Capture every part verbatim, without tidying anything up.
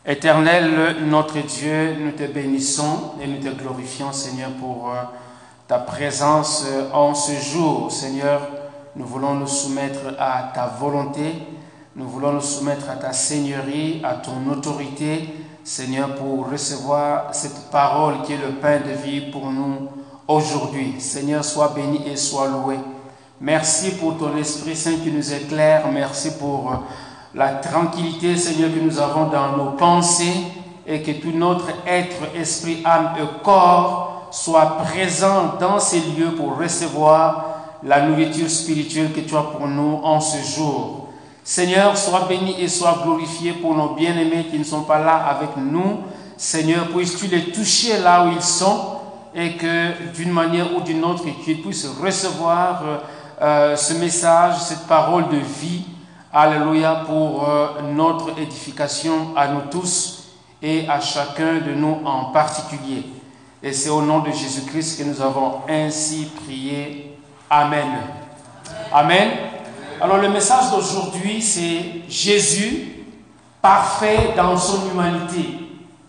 Éternel, notre Dieu, nous te bénissons et nous te glorifions, Seigneur, pour euh, ta présence euh, en ce jour. Seigneur, nous voulons nous soumettre à ta volonté, nous voulons nous soumettre à ta seigneurie, à ton autorité, Seigneur, pour recevoir cette parole qui est le pain de vie pour nous aujourd'hui. Seigneur, sois béni et sois loué. Merci pour ton Esprit Saint qui nous éclaire, merci pour... Euh, la tranquillité, Seigneur, que nous avons dans nos pensées et que tout notre être, esprit, âme et corps soit présent dans ces lieux pour recevoir la nourriture spirituelle que tu as pour nous en ce jour. Seigneur, sois béni et sois glorifié pour nos bien-aimés qui ne sont pas là avec nous. Seigneur, puisses-tu les toucher là où ils sont et que d'une manière ou d'une autre, qu'ils puissent recevoir euh, ce message, cette parole de vie. Alléluia, pour euh, notre édification à nous tous et à chacun de nous en particulier. Et c'est au nom de Jésus-Christ que nous avons ainsi prié. Amen. Amen. Alors le message d'aujourd'hui, c'est Jésus parfait dans son humanité.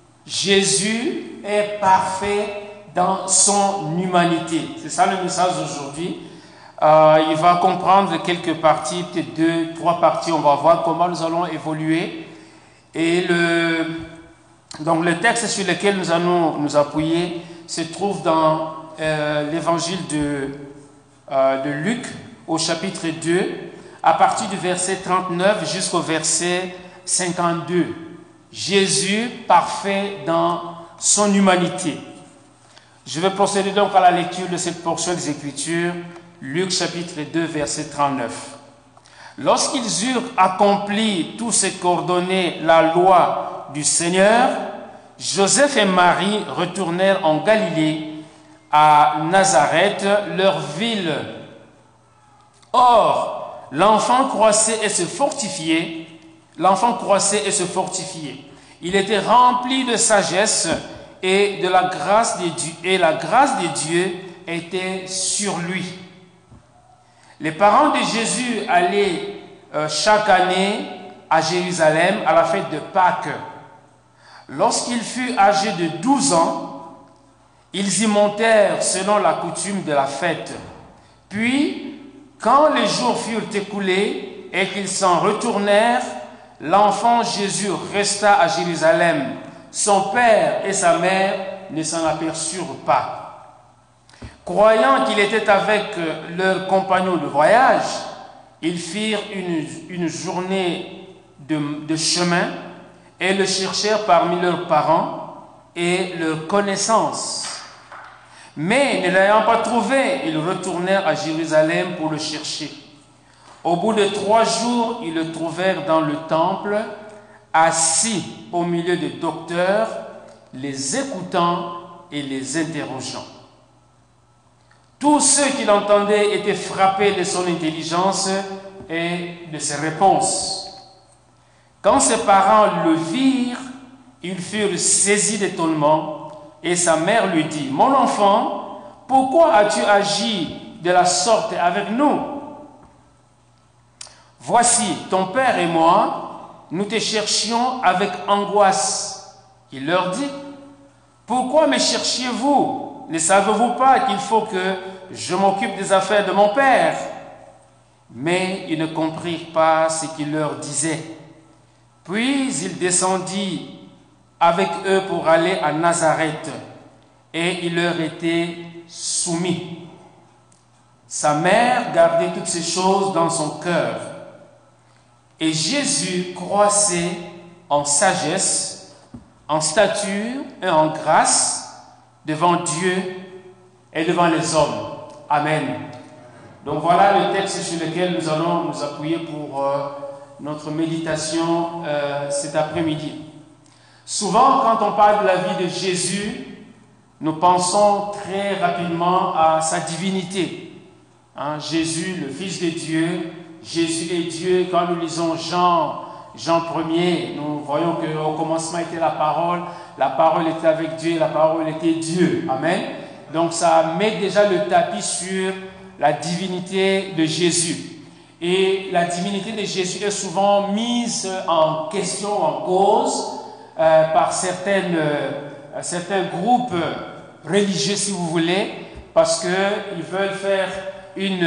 Jésus est parfait dans son humanité. C'est ça le message d'aujourd'hui. Euh, il va comprendre quelques parties, peut-être deux, trois parties. On va voir comment nous allons évoluer. Et le, donc le texte sur lequel nous allons nous appuyer se trouve dans euh, l'évangile de, euh, de Luc, au chapitre deux, à partir du verset trente-neuf jusqu'au verset cinquante-deux. Jésus parfait dans son humanité. Je vais procéder donc à la lecture de cette portion des Écritures. Luc chapitre deux, verset trente-neuf. Lorsqu'ils eurent accompli tout ce qu'ordonnait la loi du Seigneur, Joseph et Marie retournèrent en Galilée, à Nazareth, leur ville. Or, l'enfant croissait et se fortifiait. L'enfant croissait et se fortifiait. Il était rempli de sagesse et de la grâce de Dieu, et la grâce de Dieu était sur lui. Les parents de Jésus allaient euh, chaque année à Jérusalem à la fête de Pâques. Lorsqu'il fut âgé de douze ans, ils y montèrent selon la coutume de la fête. Puis, quand les jours furent écoulés et qu'ils s'en retournèrent, l'enfant Jésus resta à Jérusalem. Son père et sa mère ne s'en aperçurent pas. Croyant qu'il était avec leurs compagnons de voyage, ils firent une, une journée de, de chemin et le cherchèrent parmi leurs parents et leurs connaissances. Mais ne l'ayant pas trouvé, ils retournèrent à Jérusalem pour le chercher. Au bout de trois jours, ils le trouvèrent dans le temple, assis au milieu des docteurs, les écoutant et les interrogeant. Tous ceux qui l'entendaient étaient frappés de son intelligence et de ses réponses. Quand ses parents le virent, ils furent saisis d'étonnement et sa mère lui dit « Mon enfant, pourquoi as-tu agi de la sorte avec nous? Voici, ton père et moi, nous te cherchions avec angoisse. » Il leur dit « Pourquoi me cherchiez-vous ? Ne savez-vous pas qu'il faut que je m'occupe des affaires de mon père ?» Mais ils ne comprirent pas ce qu'il leur disait. Puis il descendit avec eux pour aller à Nazareth, et il leur était soumis. Sa mère gardait toutes ces choses dans son cœur. Et Jésus croissait en sagesse, en stature et en grâce, devant Dieu et devant les hommes. Amen. Donc voilà le texte sur lequel nous allons nous appuyer pour euh, notre méditation euh, cet après-midi. Souvent, quand on parle de la vie de Jésus, nous pensons très rapidement à sa divinité. Hein, Jésus, le Fils de Dieu, Jésus est Dieu. Quand nous lisons Jean, Jean premier, nous voyons qu'au commencement était la parole, la parole était avec Dieu, la parole était Dieu. Amen. Donc ça met déjà le tapis sur la divinité de Jésus. Et la divinité de Jésus est souvent mise en question, en cause, euh, par certaines, euh, certains groupes religieux, si vous voulez, parce qu'ils veulent faire une,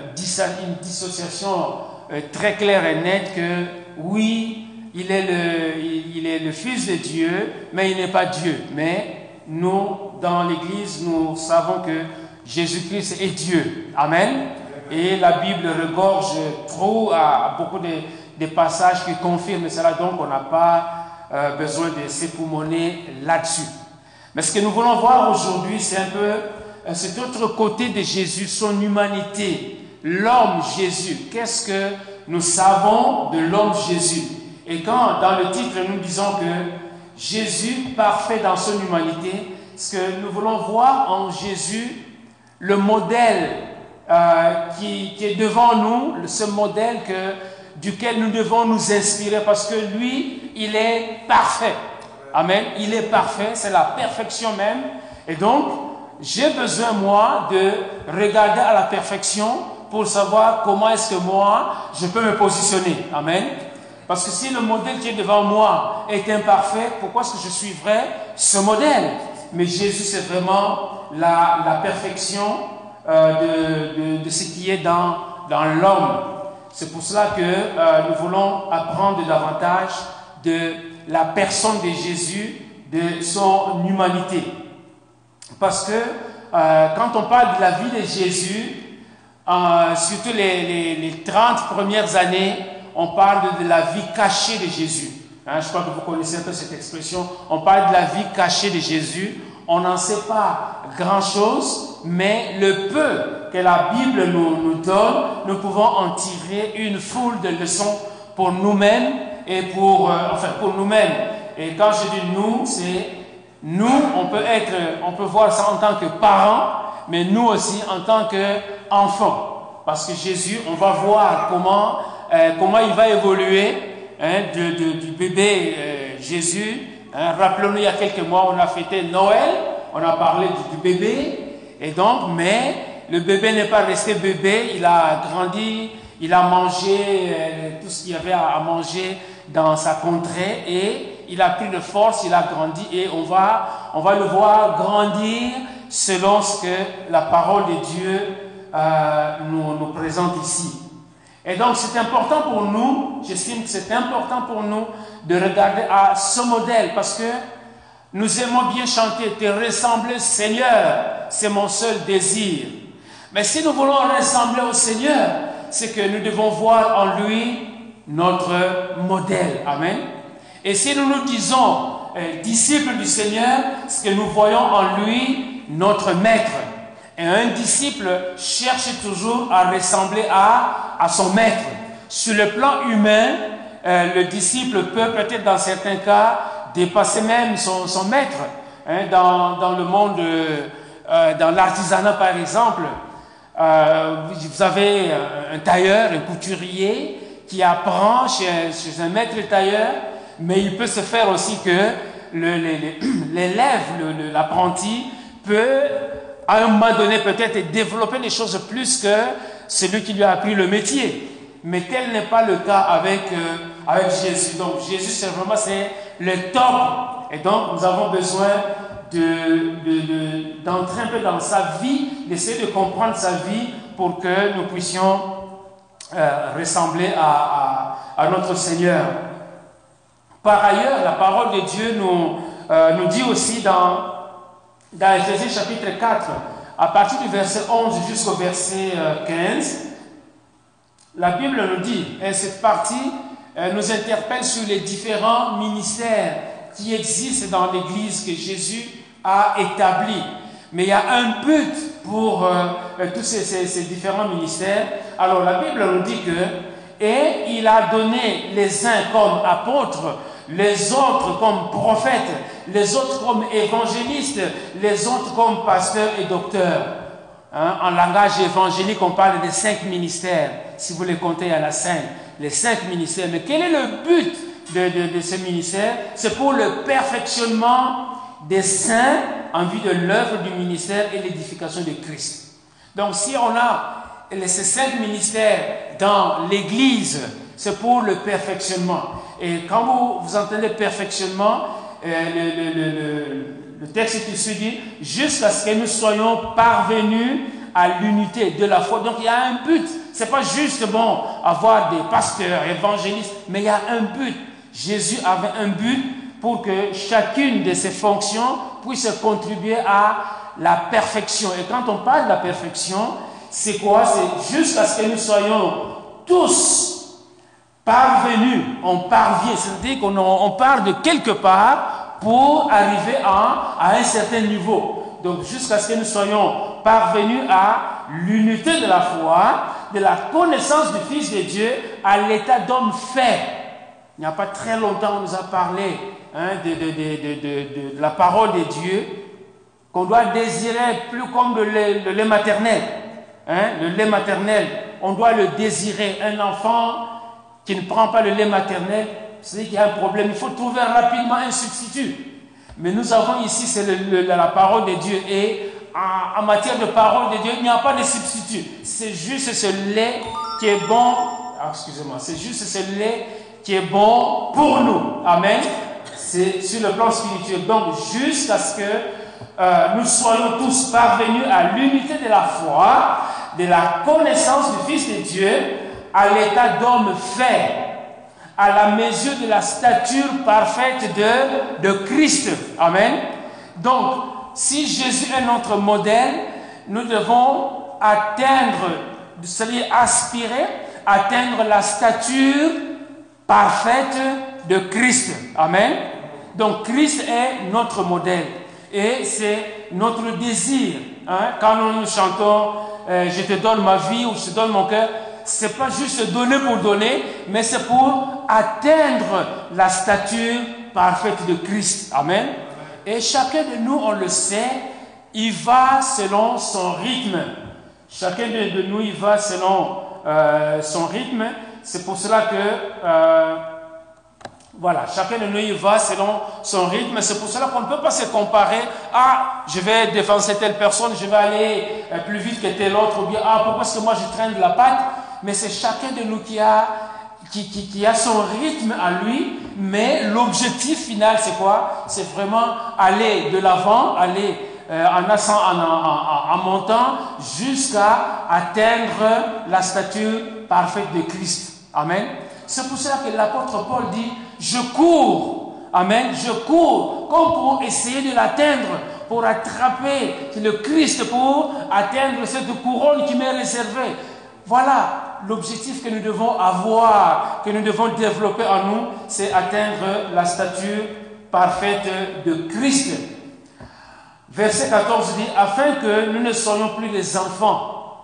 une dissociation euh, très claire et nette que oui, il est, le, il est le Fils de Dieu, mais il n'est pas Dieu. Mais nous, dans l'Église, nous savons que Jésus-Christ est Dieu. Amen. Et la Bible regorge trop à beaucoup de, de passages qui confirment cela, donc on n'a pas euh, besoin de s'époumoner là-dessus. Mais ce que nous voulons voir aujourd'hui, c'est un peu euh, cet autre côté de Jésus, son humanité, l'homme Jésus. Qu'est-ce que nous savons de l'homme Jésus? Et quand dans le titre nous disons que Jésus parfait dans son humanité, ce que nous voulons voir en Jésus, le modèle euh, qui, qui est devant nous, ce modèle que, duquel nous devons nous inspirer, parce que lui, il est parfait. Amen. Il est parfait, c'est la perfection même. Et donc, j'ai besoin, moi, de regarder à la perfection pour savoir comment est-ce que moi, je peux me positionner. Amen. Parce que si le modèle qui est devant moi est imparfait, pourquoi est-ce que je suivrais ce modèle? Mais Jésus, c'est vraiment la, la perfection euh, de, de, de ce qui est dans, dans l'homme. C'est pour cela que euh, nous voulons apprendre davantage de la personne de Jésus, de son humanité. Parce que euh, quand on parle de la vie de Jésus, euh, surtout les, les, les trente premières années, on parle de la vie cachée de Jésus. Hein, je crois que vous connaissez un peu cette expression. On parle de la vie cachée de Jésus. On n'en sait pas grand-chose, mais le peu que la Bible nous, nous donne, nous pouvons en tirer une foule de leçons pour nous-mêmes et pour, euh, enfin pour nous-mêmes. Et quand je dis nous, c'est nous, on peut être, on peut voir ça en tant que parents, mais nous aussi en tant qu'enfants. Parce que Jésus, on va voir comment, euh, comment il va évoluer hein, de, de, du bébé euh, Jésus. Hein, rappelons-nous, il y a quelques mois, on a fêté Noël, on a parlé du, du bébé, et donc, mais le bébé n'est pas resté bébé, il a grandi, il a mangé euh, tout ce qu'il y avait à, à manger dans sa contrée, et il a pris de force, il a grandi, et on va, on va le voir grandir selon ce que la parole de Dieu euh, nous, nous présente ici. Et donc c'est important pour nous, j'estime que c'est important pour nous de regarder à ce modèle, parce que nous aimons bien chanter « Te ressembler Seigneur, c'est mon seul désir ». Mais si nous voulons ressembler au Seigneur, c'est que nous devons voir en lui notre modèle. Amen. Et si nous nous disons euh, disciples du Seigneur, c'est que nous voyons en lui notre maître. Et un disciple cherche toujours à ressembler à, à son maître. Sur le plan humain, euh, le disciple peut peut-être dans certains cas dépasser même son, son maître. Hein, dans, dans le monde, euh, dans l'artisanat par exemple, euh, vous avez un tailleur, un couturier qui apprend chez, chez un maître tailleur, mais il peut se faire aussi que l'élève, l'apprenti, peut à un moment donné peut-être développer les choses plus que celui qui lui a appris le métier. Mais tel n'est pas le cas avec, euh, avec Jésus. Donc Jésus, c'est vraiment c'est le top. Et donc nous avons besoin de, de, de, d'entrer un peu dans sa vie, d'essayer de comprendre sa vie pour que nous puissions euh, ressembler à, à, à notre Seigneur. Par ailleurs, la parole de Dieu nous, euh, nous dit aussi dans Dans Éphésiens chapitre quatre, à partir du verset onze jusqu'au verset quinze, la Bible nous dit, et cette partie euh, nous interpelle sur les différents ministères qui existent dans l'Église que Jésus a établis. Mais il y a un but pour euh, tous ces, ces, ces différents ministères. Alors la Bible nous dit que, et il a donné les uns comme apôtres, les autres comme prophètes, les autres comme évangélistes, les autres comme pasteurs et docteurs. Hein, en langage évangélique, on parle des cinq ministères. Si vous les comptez à la cinq, les cinq ministères. Mais quel est le but de, de, de ce ministère? C'est pour le perfectionnement des saints en vue de l'œuvre du ministère et l'édification de Christ. Donc si on a ces cinq ministères dans l'Église, c'est pour le perfectionnement. Et quand vous, vous entendez perfectionnement, euh, le, le, le, le, le texte qui se dit, jusqu'à ce que nous soyons parvenus à l'unité de la foi. Donc il y a un but. Ce n'est pas juste bon avoir des pasteurs, évangélistes, mais il y a un but. Jésus avait un but pour que chacune de ses fonctions puisse contribuer à la perfection. Et quand on parle de la perfection, c'est quoi? C'est jusqu'à ce que nous soyons tous parvenus. On parvient, c'est-à-dire qu'on on part de quelque part pour arriver à, à un certain niveau. Donc jusqu'à ce que nous soyons parvenus à l'unité de la foi, de la connaissance du Fils de Dieu, à l'état d'homme fait. Il n'y a pas très longtemps, on nous a parlé hein, de, de, de, de, de, de la parole de Dieu, qu'on doit désirer plus comme le lait, le lait maternel. Hein, le lait maternel, on doit le désirer. Un enfant qui ne prend pas le lait maternel, c'est qu'il y a un problème. Il faut trouver rapidement un substitut. Mais nous avons ici, c'est le, le, la parole de Dieu. Et en, en matière de parole de Dieu, il n'y a pas de substitut. C'est juste ce lait qui est bon. Ah, excusez-moi, c'est juste ce lait qui est bon pour nous. Amen. C'est sur le plan spirituel. Donc, jusqu'à ce que euh, nous soyons tous parvenus à l'unité de la foi, de la connaissance du Fils de Dieu, à l'état d'homme fait, à la mesure de la stature parfaite de, de Christ. Amen. Donc, si Jésus est notre modèle, nous devons atteindre, c'est-à-dire aspirer, atteindre la stature parfaite de Christ. Amen. Donc, Christ est notre modèle et c'est notre désir. Hein? Quand nous chantons euh, « Je te donne ma vie » ou « Je te donne mon cœur », ce n'est pas juste donner pour donner, mais c'est pour atteindre la stature parfaite de Christ. Amen. Et chacun de nous, on le sait, il va selon son rythme. Chacun de, de nous, il va selon euh, son rythme. C'est pour cela que, euh, voilà, chacun de nous, il va selon son rythme. C'est pour cela qu'on ne peut pas se comparer. Ah, je vais défoncer telle personne, je vais aller euh, plus vite que tel autre. Ou bien, ah, pourquoi est-ce que moi je traîne de la patte? Mais c'est chacun de nous qui a, qui, qui, qui a son rythme à lui, mais l'objectif final, c'est quoi? C'est vraiment aller de l'avant, aller euh, en, ascend, en, en, en, en montant jusqu'à atteindre la stature parfaite de Christ. Amen. C'est pour cela que l'apôtre Paul dit, je cours, amen, je cours, comme pour essayer de l'atteindre, pour attraper le Christ, pour atteindre cette couronne qui m'est réservée. Voilà l'objectif que nous devons avoir, que nous devons développer en nous, c'est atteindre la stature parfaite de Christ. Verset quatorze dit, afin que nous ne soyons plus des enfants,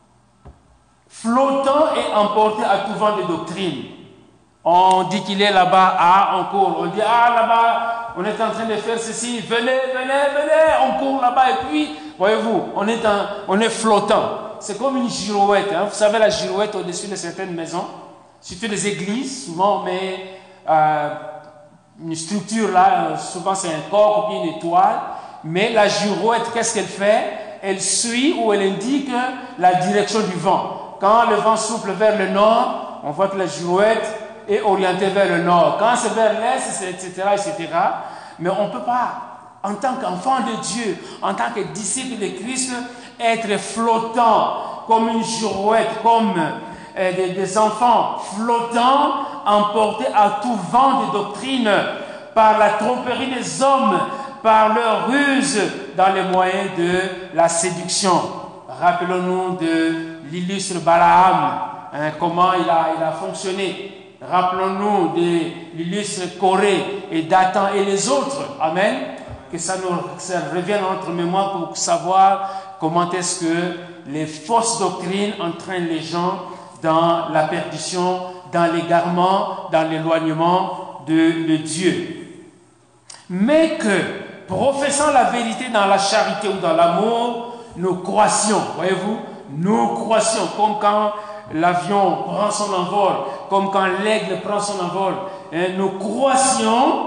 flottant et emportés à tout vent de doctrine. On dit qu'il est là-bas, ah, on court. On dit, ah, là-bas, on est en train de faire ceci, venez, venez, venez, on court là-bas. Et puis, voyez-vous, on est, en, on est flottant. C'est comme une girouette. Hein. Vous savez, la girouette au-dessus de certaines maisons, surtout les églises, souvent on met euh, une structure là, souvent c'est un corps ou bien une étoile. Mais la girouette, qu'est-ce qu'elle fait? Elle suit ou elle indique la direction du vent. Quand le vent souffle vers le nord, on voit que la girouette est orientée vers le nord. Quand c'est vers l'est, et cetera, et cetera. Mais on ne peut pas, en tant qu'enfant de Dieu, en tant que disciple de Christ, être flottant comme une girouette, comme euh, des, des enfants flottants, emportés à tout vent de doctrine par la tromperie des hommes, par leur ruse dans les moyens de la séduction. Rappelons-nous de l'illustre Balaam, hein, comment il a, il a fonctionné. Rappelons-nous de l'illustre Corée et Dathan et les autres. Amen. Que ça nous ça revienne à notre mémoire pour savoir comment est-ce que les fausses doctrines entraînent les gens dans la perdition, dans l'égarement, dans l'éloignement de, de Dieu. Mais que, professant la vérité dans la charité ou dans l'amour, nous croissions, voyez-vous, nous croissions, comme quand l'avion prend son envol, comme quand l'aigle prend son envol, hein, nous croissions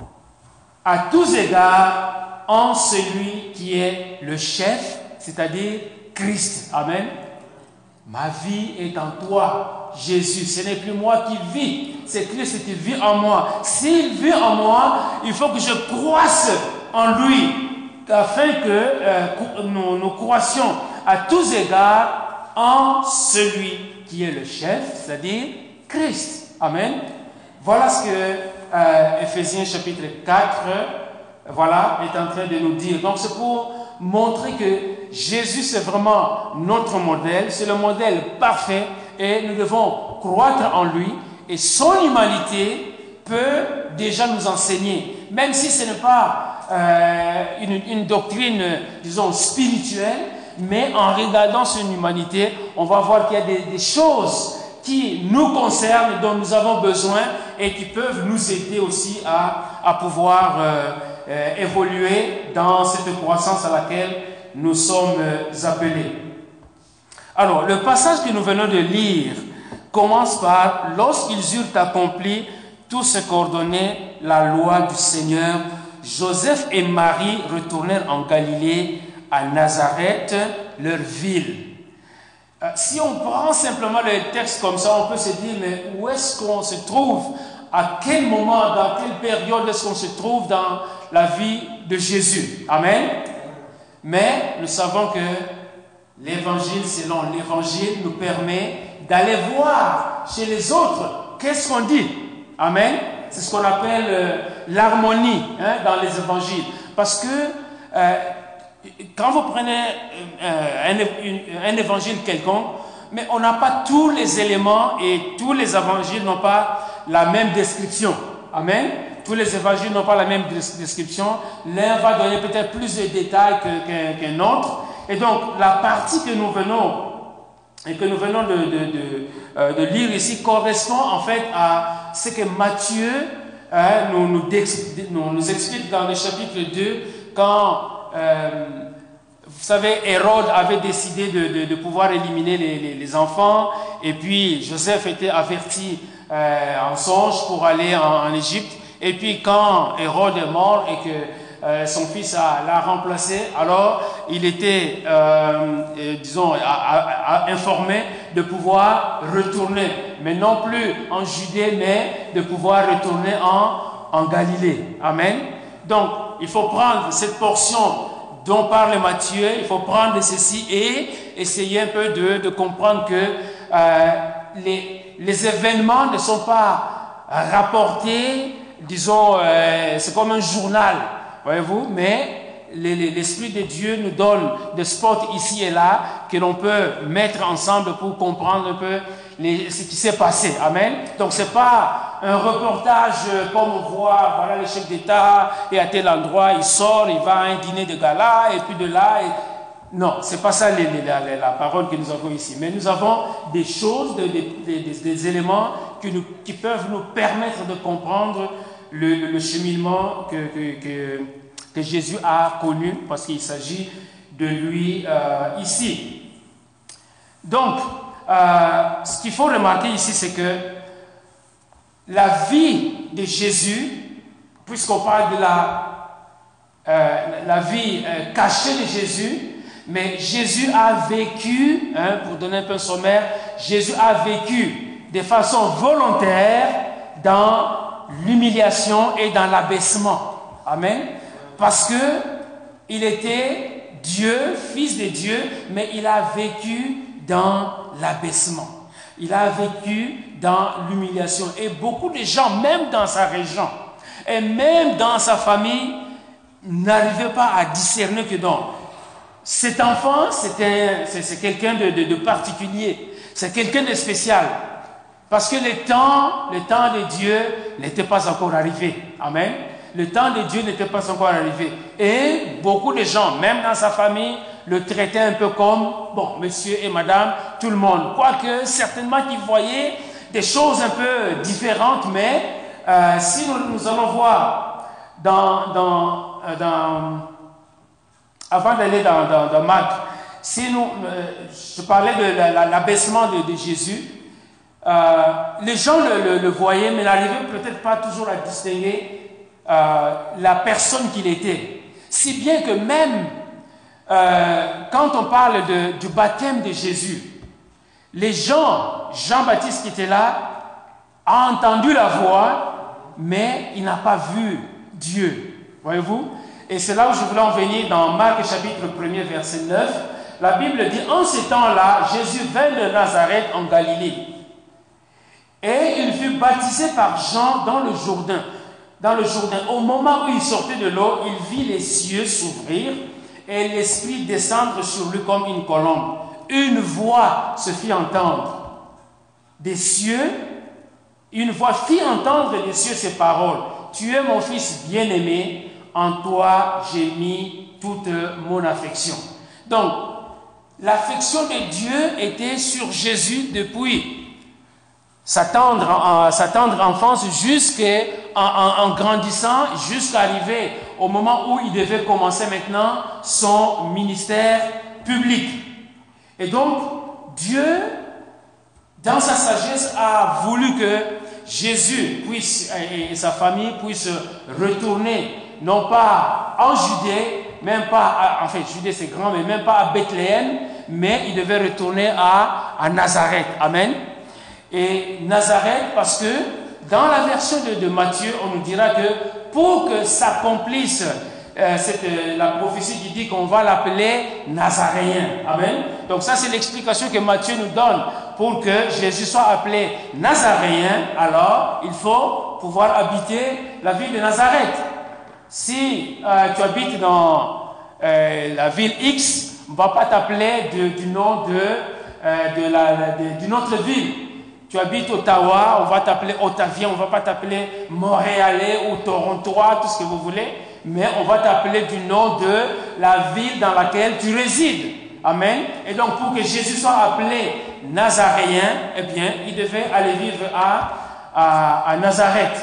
à tous égards en celui qui est le chef, c'est-à-dire Christ. Amen. Ma vie est en toi. Jésus. Ce n'est plus moi qui vis, c'est Christ qui vit en moi. S'il vit en moi, il faut que je croisse en lui, afin que euh, nous, nous croissions à tous égards en celui qui est le chef, c'est-à-dire Christ. Amen. Voilà ce que euh, Éphésiens chapitre quatre, voilà, est en train de nous dire. Donc c'est pour montrer que Jésus c'est vraiment notre modèle, c'est le modèle parfait et nous devons croître en lui et son humanité peut déjà nous enseigner, même si ce n'est pas euh, une, une doctrine, disons, spirituelle, mais en regardant son humanité, on va voir qu'il y a des, des choses qui nous concernent, dont nous avons besoin et qui peuvent nous aider aussi à, à pouvoir euh, euh, évoluer dans cette croissance à laquelle nous sommes appelés. Alors, le passage que nous venons de lire commence par « Lorsqu'ils eurent accompli tout ce qu'ordonnait la loi du Seigneur, Joseph et Marie retournèrent en Galilée, à Nazareth, leur ville. » Euh, si on prend simplement le texte comme ça, on peut se dire, mais où est-ce qu'on se trouve? À quel moment, dans quelle période est-ce qu'on se trouve dans la vie de Jésus? Amen. Mais nous savons que l'évangile, selon l'évangile, nous permet d'aller voir chez les autres qu'est-ce qu'on dit. Amen. C'est ce qu'on appelle euh, l'harmonie hein, dans les évangiles. Parce que euh, quand vous prenez euh, un, un évangile quelconque, mais on n'a pas tous les éléments et tous les évangiles n'ont pas la même description. Amen. Tous les évangiles n'ont pas la même description. L'un va donner peut-être plus de détails que, qu'un, qu'un autre. Et donc, la partie que nous venons et que nous venons de, de, de, euh, de lire ici correspond en fait à ce que Matthieu hein, nous, nous, nous, nous explique dans le chapitre deux, quand, euh, vous savez, Hérode avait décidé de, de, de pouvoir éliminer les, les, les enfants, et puis Joseph était averti euh, en songe pour aller en, en Égypte. Et puis quand Hérode est mort et que euh, son fils a, l'a remplacé, alors il était, euh, euh, disons, a, a, a informé de pouvoir retourner, mais non plus en Judée, mais de pouvoir retourner en, en Galilée. Amen. Donc, il faut prendre cette portion dont parle Matthieu, il faut prendre ceci et essayer un peu de, de comprendre que euh, les, les événements ne sont pas rapportés, disons, euh, c'est comme un journal, voyez-vous, mais l'Esprit de Dieu nous donne des spots ici et là que l'on peut mettre ensemble pour comprendre un peu les, ce qui s'est passé. Amen. Donc, ce n'est pas un reportage comme on voit, voilà le chef d'État est à tel endroit, il sort, il va à un dîner de gala, et puis de là... Et... Non, ce n'est pas ça les, les, la, la parole que nous avons ici. Mais nous avons des choses, des, des, des, des éléments qui, nous, qui peuvent nous permettre de comprendre le, le, le cheminement que, que, que, que Jésus a connu, parce qu'il s'agit de lui euh, ici. Donc, euh, ce qu'il faut remarquer ici, c'est que la vie de Jésus, puisqu'on parle de la, euh, la vie euh, cachée de Jésus, mais Jésus a vécu, hein, pour donner un peu un sommaire, Jésus a vécu de façon volontaire dans l'humiliation et dans l'abaissement. Amen. Parce que il était Dieu, fils de Dieu, mais il a vécu dans l'abaissement. Il a vécu dans l'humiliation. Et beaucoup de gens, même dans sa région, et même dans sa famille, n'arrivaient pas à discerner que donc, cet enfant, c'était, c'est, c'est quelqu'un de, de, de particulier. C'est quelqu'un de spécial. Parce que le temps, le temps de Dieu n'était pas encore arrivé. Amen. Le temps de Dieu n'était pas encore arrivé. Et beaucoup de gens, même dans sa famille, le traitaient un peu comme, bon, monsieur et madame, tout le monde. Quoique, certainement qu'ils voyaient des choses un peu différentes, mais euh, si nous, nous allons voir dans... dans, dans avant d'aller dans, dans, dans Marc, si nous, euh, je parlais de la, la, l'abaissement de, de Jésus, euh, les gens le, le, le voyaient, mais n'arrivaient peut-être pas toujours à distinguer euh, la personne qu'il était. Si bien que même euh, quand on parle de, du baptême de Jésus, Les gens, Jean-Baptiste qui était là, a entendu la voix, mais il n'a pas vu Dieu. Voyez-vous? Et c'est là où je voulais en venir dans Marc chapitre un, verset neuf. La Bible dit, en ces temps-là, Jésus vint de Nazareth en Galilée. Et il fut baptisé par Jean dans le Jourdain. Dans le Jourdain, au moment où il sortait de l'eau, il vit les cieux s'ouvrir et l'Esprit descendre sur lui comme une colombe. Une voix se fit entendre des cieux. Une voix fit entendre des cieux ces paroles. Tu es mon fils bien-aimé, en toi j'ai mis toute mon affection. Donc, l'affection de Dieu était sur Jésus depuis sa tendre, sa tendre enfance jusqu'en en, en grandissant, jusqu'à arriver au moment où il devait commencer maintenant son ministère public. Et donc, Dieu, dans sa sagesse, a voulu que Jésus puisse, et sa famille puissent retourner, non pas en Judée, même pas, à, en fait, Judée c'est grand, mais même pas à Bethléem, mais il devait retourner à, à Nazareth. Amen. Et Nazareth, parce que dans la version de, de Matthieu, on nous dira que pour que s'accomplisse euh, cette, euh, la prophétie qui dit qu'on va l'appeler Nazaréen. Amen. Donc ça, c'est l'explication que Matthieu nous donne. Pour que Jésus soit appelé Nazaréen, alors il faut pouvoir habiter la ville de Nazareth. Si euh, tu habites dans euh, la ville X, on ne va pas t'appeler du nom de, euh, de la, de, d'une autre ville. Tu habites Ottawa, on va t'appeler Ottavien, on ne va pas t'appeler Montréalais ou Torontois, tout ce que vous voulez, mais on va t'appeler du nom de la ville dans laquelle tu résides. Amen. Et donc, pour que Jésus soit appelé Nazaréen, eh bien, il devait aller vivre à, à, à Nazareth.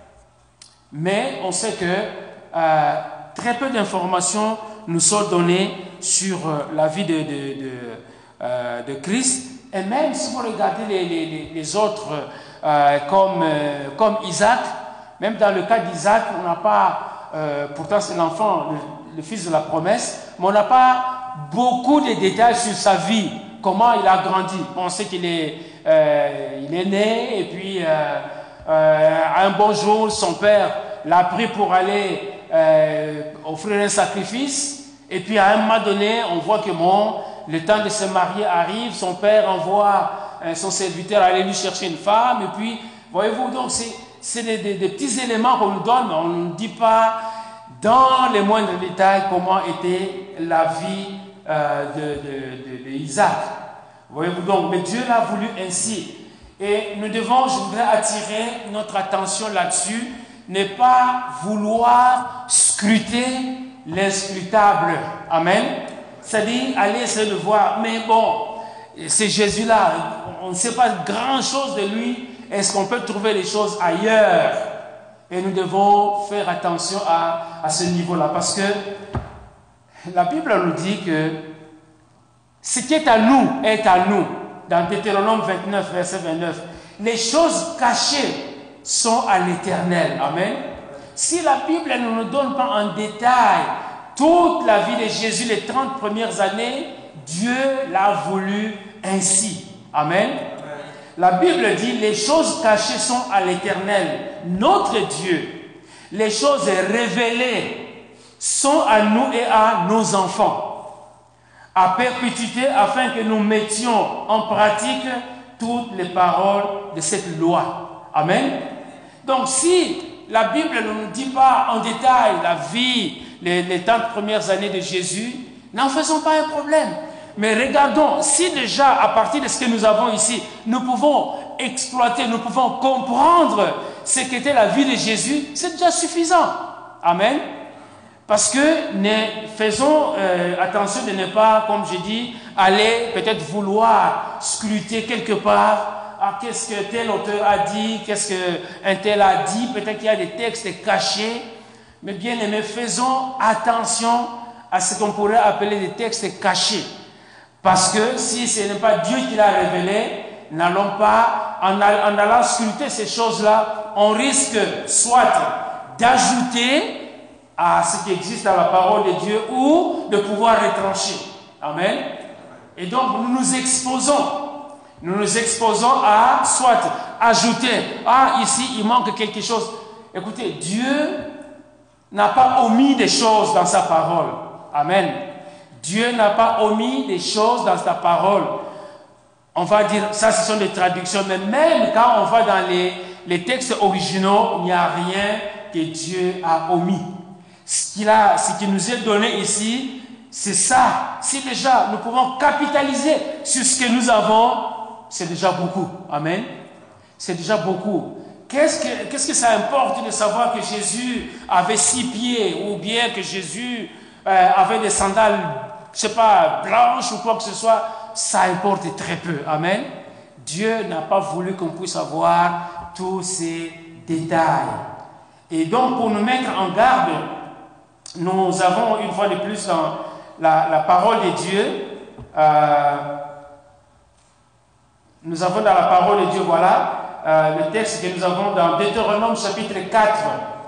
Mais on sait que euh, très peu d'informations nous sont données sur euh, la vie de, de, de, euh, de Christ. Et même si vous regardez les, les, les autres, euh, comme, euh, comme Isaac, même dans le cas d'Isaac, on n'a pas, euh, pourtant c'est l'enfant, le, le fils de la promesse, mais on n'a pas beaucoup de détails sur sa vie, comment il a grandi. On sait qu'il est, euh, il est né et puis euh, euh, un bon jour, son père l'a pris pour aller euh, offrir un sacrifice. Et puis à un moment donné, on voit que bon, le temps de se marier arrive, son père envoie euh, son serviteur aller lui chercher une femme. Et puis, voyez-vous, donc c'est des, des, des petits éléments qu'on nous donne, mais on ne dit pas dans les moindres détails comment était la vie euh, de, de, de, de Isaac. Voyez-vous donc, mais Dieu l'a voulu ainsi. Et nous devons, je voudrais attirer notre attention là-dessus, ne pas vouloir scruter l'inscrutable. Amen. C'est-à-dire aller essayer de voir, mais bon, c'est Jésus-là, on ne sait pas grand-chose de lui, est-ce qu'on peut trouver les choses ailleurs? Et nous devons faire attention à, à ce niveau-là, parce que la Bible nous dit que ce qui est à nous est à nous. Dans Deutéronome vingt-neuf, verset vingt-neuf, les choses cachées sont à l'Éternel. Amen. Si la Bible ne nous donne pas en détail toute la vie de Jésus, les trente premières années, Dieu l'a voulu ainsi. Amen. La Bible dit, les choses cachées sont à l'Éternel, notre Dieu. Les choses révélées sont à nous et à nos enfants, à perpétuité, afin que nous mettions en pratique toutes les paroles de cette loi. Amen. Donc si la Bible ne nous dit pas en détail la vie, les, les trente premières années de Jésus, n'en faisons pas un problème. Mais regardons, si déjà, à partir de ce que nous avons ici, nous pouvons exploiter, nous pouvons comprendre ce qu'était la vie de Jésus, c'est déjà suffisant. Amen. Parce que ne, faisons euh, attention de ne pas, comme je dis, aller peut-être vouloir scruter quelque part. Ah, qu'est-ce que tel auteur a dit, qu'est-ce qu'un tel a dit, peut-être qu'il y a des textes cachés. Mais bien aimés, faisons attention à ce qu'on pourrait appeler des textes cachés. Parce que si ce n'est pas Dieu qui l'a révélé, n'allons pas, en, en allant scruter ces choses-là, on risque soit d'ajouter à ce qui existe dans la parole de Dieu ou de pouvoir retrancher. Amen. Et donc nous nous exposons. nous nous exposons à soit ajouter, ah ici il manque quelque chose. Écoutez, Dieu n'a pas omis des choses dans sa parole. Amen. Dieu n'a pas omis des choses dans sa parole. On va dire, ça ce sont des traductions, mais même quand on va dans les, les textes originaux, il n'y a rien que Dieu a omis. Ce qu'il a, ce qui nous est donné ici, c'est ça. Si déjà nous pouvons capitaliser sur ce que nous avons, c'est déjà beaucoup. Amen. C'est déjà beaucoup. Qu'est-ce que, qu'est-ce que ça importe de savoir que Jésus avait six pieds ou bien que Jésus euh, avait des sandales, je sais pas, blanches ou quoi que ce soit? Ça importe très peu. Amen. Dieu n'a pas voulu qu'on puisse avoir tous ces détails. Et donc, pour nous mettre en garde, nous avons une fois de plus dans la, la parole de Dieu, euh, nous avons dans la parole de Dieu, voilà, euh, le texte que nous avons dans Deutéronome chapitre quatre,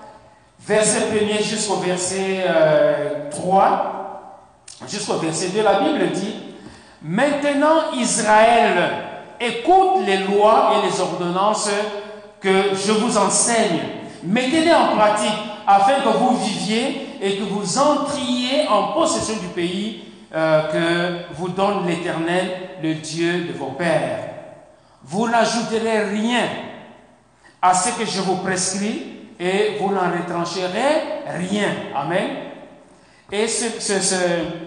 verset premier jusqu'au verset euh, trois, jusqu'au verset deux, la Bible dit: Maintenant Israël, écoute les lois et les ordonnances que je vous enseigne. Mettez-les en pratique afin que vous viviez et que vous entriez en possession du pays euh, que vous donne l'Éternel, le Dieu de vos pères. Vous n'ajouterez rien à ce que je vous prescris et vous n'en retrancherez rien. Amen. Et ce, ce, ce,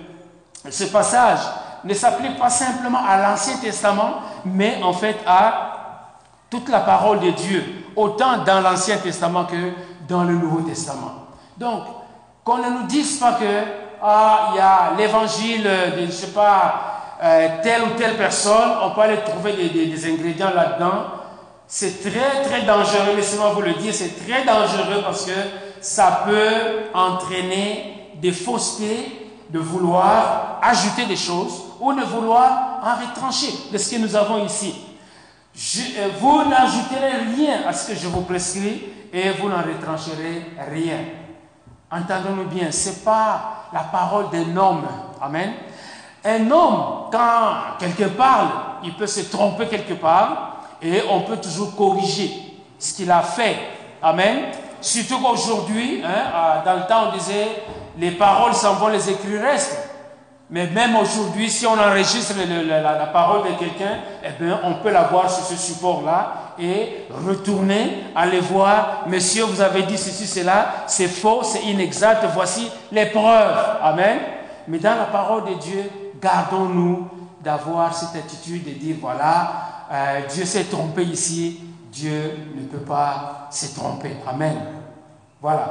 ce passage ne s'applique pas simplement à l'Ancien Testament, mais en fait à toute la parole de Dieu, autant dans l'Ancien Testament que dans le Nouveau Testament. Donc, qu'on ne nous dise pas que ah, il y a l'évangile de, je ne sais pas, euh, telle ou telle personne, on peut aller trouver des, des, des ingrédients là-dedans. C'est très très dangereux, laissez-moi vous le dire, c'est très dangereux parce que ça peut entraîner des faussetés, de vouloir ajouter des choses ou de vouloir en retrancher de ce que nous avons ici. Je, euh, vous n'ajouterez rien à ce que je vous prescris et vous n'en retrancherez rien. Entendons-nous bien, ce n'est pas la parole d'un homme. Amen. Un homme, quand quelqu'un parle, il peut se tromper quelque part et on peut toujours corriger ce qu'il a fait. Amen. Surtout qu'aujourd'hui, hein, dans le temps, on disait les paroles s'en vont, les écrits restent. Mais même aujourd'hui, si on enregistre le, le, la, la parole de quelqu'un, eh bien, on peut la voir sur ce support-là et retourner, aller voir, monsieur, vous avez dit ceci, cela, c'est faux, c'est inexact, voici les preuves. Amen. Mais dans la parole de Dieu, gardons-nous d'avoir cette attitude de dire, voilà, euh, Dieu s'est trompé ici, Dieu ne peut pas se tromper. Amen. Voilà.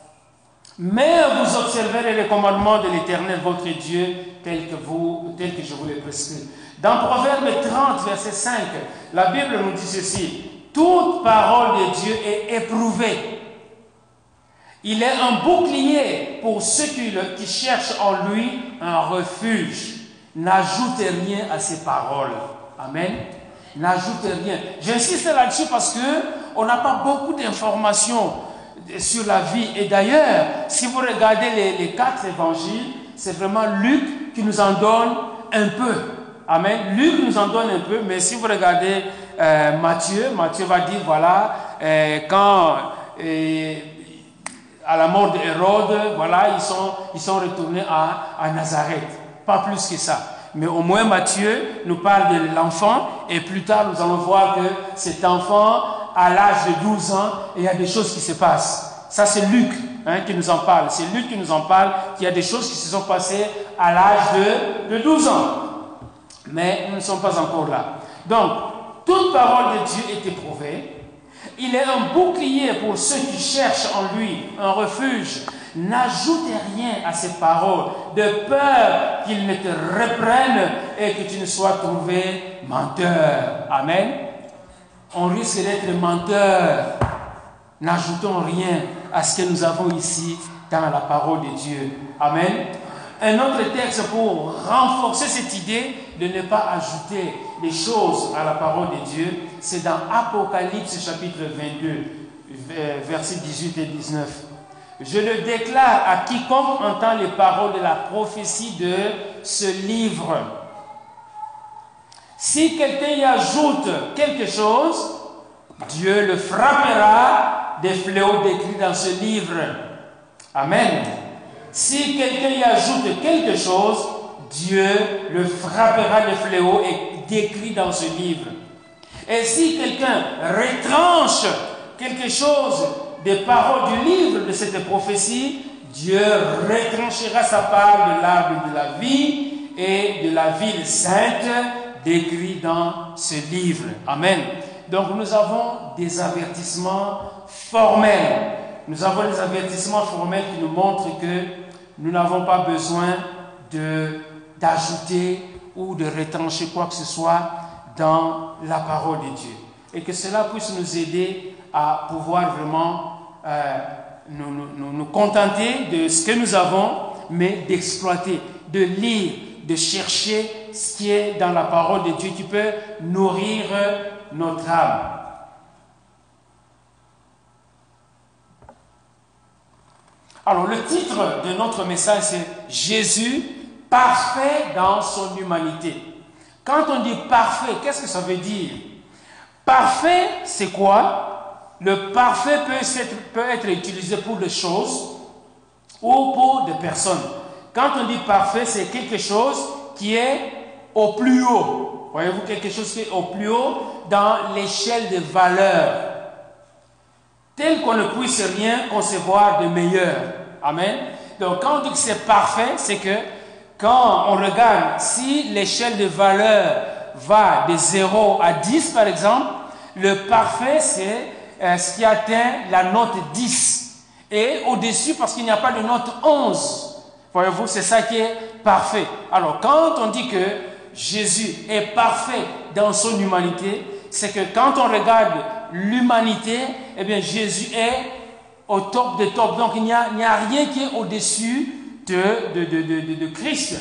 Mais vous observerez les commandements de l'Éternel, votre Dieu, tels que, vous, tels que je vous les prescris. Dans Proverbe trente, verset cinq, la Bible nous dit ceci: toute parole de Dieu est éprouvée. Il est un bouclier pour ceux qui, le, qui cherchent en lui un refuge. N'ajoutez rien à ces paroles. Amen. N'ajoutez rien. J'insiste là-dessus parce qu'on n'a pas beaucoup d'informations sur la vie. Et d'ailleurs, si vous regardez les, les quatre évangiles, c'est vraiment Luc qui nous en donne un peu. Amen. Luc nous en donne un peu, mais si vous regardez euh, Matthieu, Matthieu va dire, voilà, euh, quand euh, à la mort d'Hérode, voilà, ils sont, ils sont retournés à, à Nazareth. Pas plus que ça. Mais au moins Matthieu nous parle de l'enfant et plus tard nous allons voir que cet enfant, à l'âge de douze ans, il y a des choses qui se passent. Ça c'est Luc hein, qui nous en parle. C'est Luc qui nous en parle, qu'il y a des choses qui se sont passées à l'âge de, de douze ans. Mais nous ne sommes pas encore là. Donc, toute parole de Dieu est éprouvée. Il est un bouclier pour ceux qui cherchent en lui un refuge. N'ajoutez rien à ces paroles, de peur qu'ils ne te reprennent et que tu ne sois trouvé menteur. Amen. On risque d'être menteur. N'ajoutons rien à ce que nous avons ici dans la parole de Dieu. Amen. Un autre texte pour renforcer cette idée de ne pas ajouter des choses à la parole de Dieu, c'est dans Apocalypse chapitre vingt-deux, versets dix-huit et dix-neuf. Je le déclare à quiconque entend les paroles de la prophétie de ce livre. Si quelqu'un y ajoute quelque chose, Dieu le frappera des fléaux décrits dans ce livre. Amen. Si quelqu'un y ajoute quelque chose, Dieu le frappera des fléaux décrits dans ce livre. Et si quelqu'un retranche quelque chose des paroles du livre de cette prophétie, Dieu retranchera sa part de l'arbre de la vie et de la ville sainte décrit dans ce livre. Amen. Donc nous avons des avertissements formels. Nous avons des avertissements formels qui nous montrent que nous n'avons pas besoin de, d'ajouter ou de retrancher quoi que ce soit dans la parole de Dieu. Et que cela puisse nous aider à pouvoir vraiment euh, nous, nous, nous contenter de ce que nous avons, mais d'exploiter, de lire, de chercher ce qui est dans la parole de Dieu qui peut nourrir notre âme. Alors, le titre de notre message, c'est « Jésus, parfait dans son humanité ». Quand on dit « parfait », qu'est-ce que ça veut dire? Parfait, c'est quoi? Le parfait peut être, peut être utilisé pour des choses ou pour des personnes. Quand on dit « parfait », c'est quelque chose qui est au plus haut. Voyez-vous, quelque chose qui est au plus haut dans l'échelle de valeur, tel qu'on ne puisse rien concevoir de meilleur. Amen. Donc, quand on dit que c'est parfait, c'est que quand on regarde, si l'échelle de valeur va de zéro à dix, par exemple, le parfait, c'est euh, ce qui atteint la note dix. Et au-dessus, parce qu'il n'y a pas de note onze. Voyez-vous, c'est ça qui est parfait. Alors, quand on dit que Jésus est parfait dans son humanité, c'est que quand on regarde l'humanité, eh bien, Jésus est au top de top. Donc, il n'y a, il n'y a rien qui est au-dessus de, de, de, de, de Christ.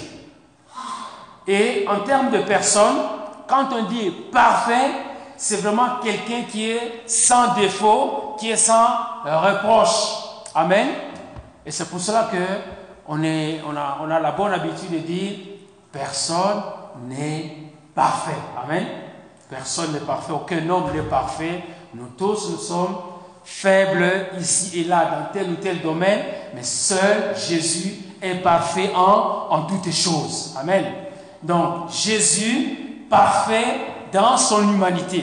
Et en termes de personne, quand on dit parfait, c'est vraiment quelqu'un qui est sans défaut, qui est sans reproche. Amen. Et c'est pour cela que on, est, on, a, on a la bonne habitude de dire personne n'est parfait. Amen. Personne n'est parfait, aucun homme n'est parfait. Nous tous, nous sommes faibles ici et là dans tel ou tel domaine, mais seul Jésus est parfait en, en toutes choses. Amen. Donc, Jésus, parfait dans son humanité.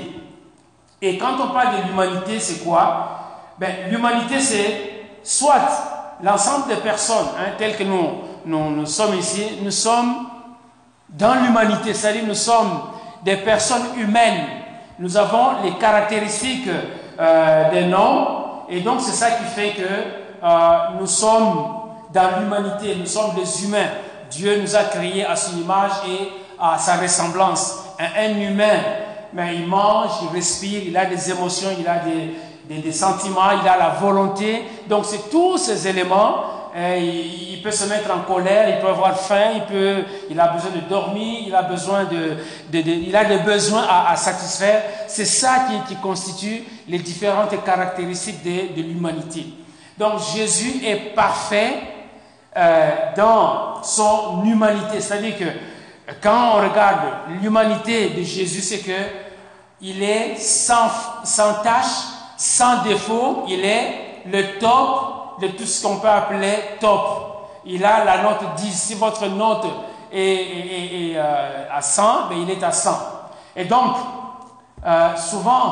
Et quand on parle de l'humanité, c'est quoi? Ben, l'humanité, c'est soit l'ensemble des personnes, hein, telles que nous, nous, nous sommes ici, nous sommes dans l'humanité, c'est-à-dire nous sommes des personnes humaines. Nous avons les caractéristiques euh, des noms, et donc c'est ça qui fait que euh, nous sommes dans l'humanité, nous sommes des humains. Dieu nous a créés à son image et à sa ressemblance. Un, un humain, mais il mange, il respire, il a des émotions, il a des, des, des sentiments, il a la volonté. Donc c'est tous ces éléments. Euh, il, il peut se mettre en colère, il peut avoir faim, il, peut, il a besoin de dormir, il a besoin de, de, de il a des besoins à, à satisfaire. C'est ça qui, qui constitue les différentes caractéristiques de, de l'humanité. Donc Jésus est parfait euh, dans son humanité. C'est-à-dire que quand on regarde l'humanité de Jésus, c'est que il est sans, sans tache, sans défaut, il est le top de tout ce qu'on peut appeler top. Il a la note dix. Si votre note est, est, est, est euh, à cent, ben il est à cent. Et donc, euh, souvent,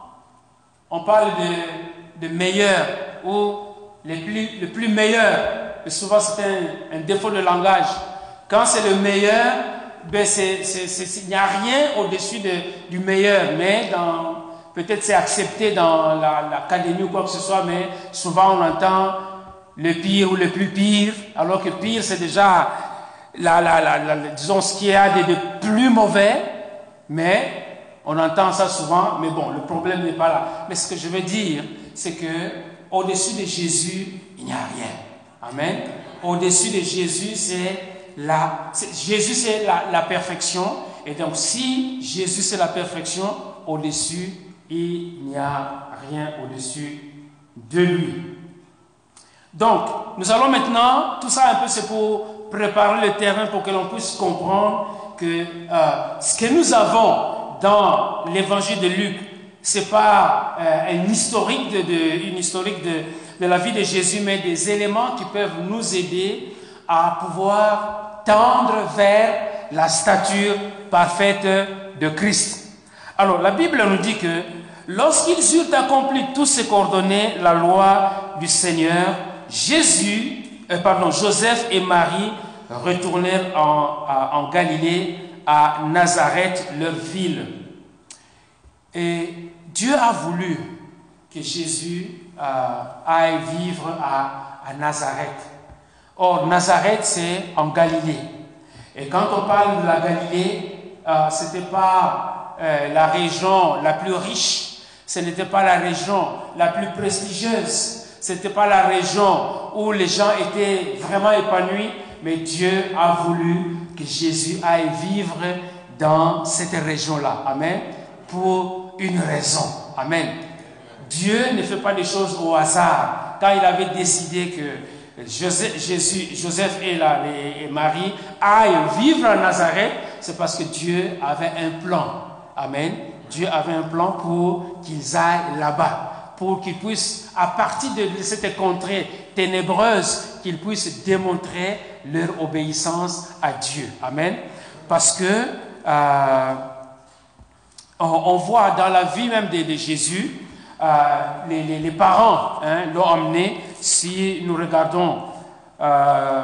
on parle de, de meilleur ou le plus, le plus meilleur. Et souvent, c'est un, un défaut de langage. Quand c'est le meilleur, ben c'est, c'est, c'est, il n'y a rien au-dessus de, du meilleur. Mais dans... Peut-être c'est accepté dans la, l'académie ou quoi que ce soit, mais souvent on entend le pire ou le plus pire, alors que pire c'est déjà, la, la, la, la, disons, ce qu'il y a de, de plus mauvais, mais on entend ça souvent, mais bon, le problème n'est pas là. Mais ce que je veux dire, c'est que au-dessus de Jésus, il n'y a rien. Amen. Au-dessus de Jésus, c'est la, c'est, Jésus c'est la, la perfection, et donc si Jésus c'est la perfection, au-dessus, il n'y a rien au-dessus de lui. Donc, nous allons maintenant, tout ça un peu c'est pour préparer le terrain pour que l'on puisse comprendre que euh, ce que nous avons dans l'évangile de Luc, ce n'est pas euh, un historique de, de, une historique de, de la vie de Jésus, mais des éléments qui peuvent nous aider à pouvoir tendre vers la stature parfaite de Christ. Alors, la Bible nous dit que lorsqu'ils eurent accompli tous ces qu'ordonnait la loi du Seigneur, Jésus, euh, pardon, Joseph et Marie retournèrent en, à, en Galilée, à Nazareth, leur ville. Et Dieu a voulu que Jésus euh, aille vivre à, à Nazareth. Or, Nazareth, c'est en Galilée. Et quand on parle de la Galilée, euh, ce n'était pas euh, la région la plus riche, ce n'était pas la région la plus prestigieuse, ce n'était pas la région où les gens étaient vraiment épanouis, mais Dieu a voulu que Jésus aille vivre dans cette région-là. Amen. Pour une raison. Amen. Dieu ne fait pas des choses au hasard. Quand il avait décidé que Joseph, Jésus, Joseph et, la, les, et Marie aillent vivre à Nazareth, c'est parce que Dieu avait un plan. Amen. Dieu avait un plan pour qu'ils aillent là-bas, pour qu'ils puissent, à partir de cette contrée ténébreuse, qu'ils puissent démontrer leur obéissance à Dieu. Amen. Parce que euh, on, on voit dans la vie même de, de Jésus, euh, les, les, les parents hein, l'ont emmené. Si nous regardons euh,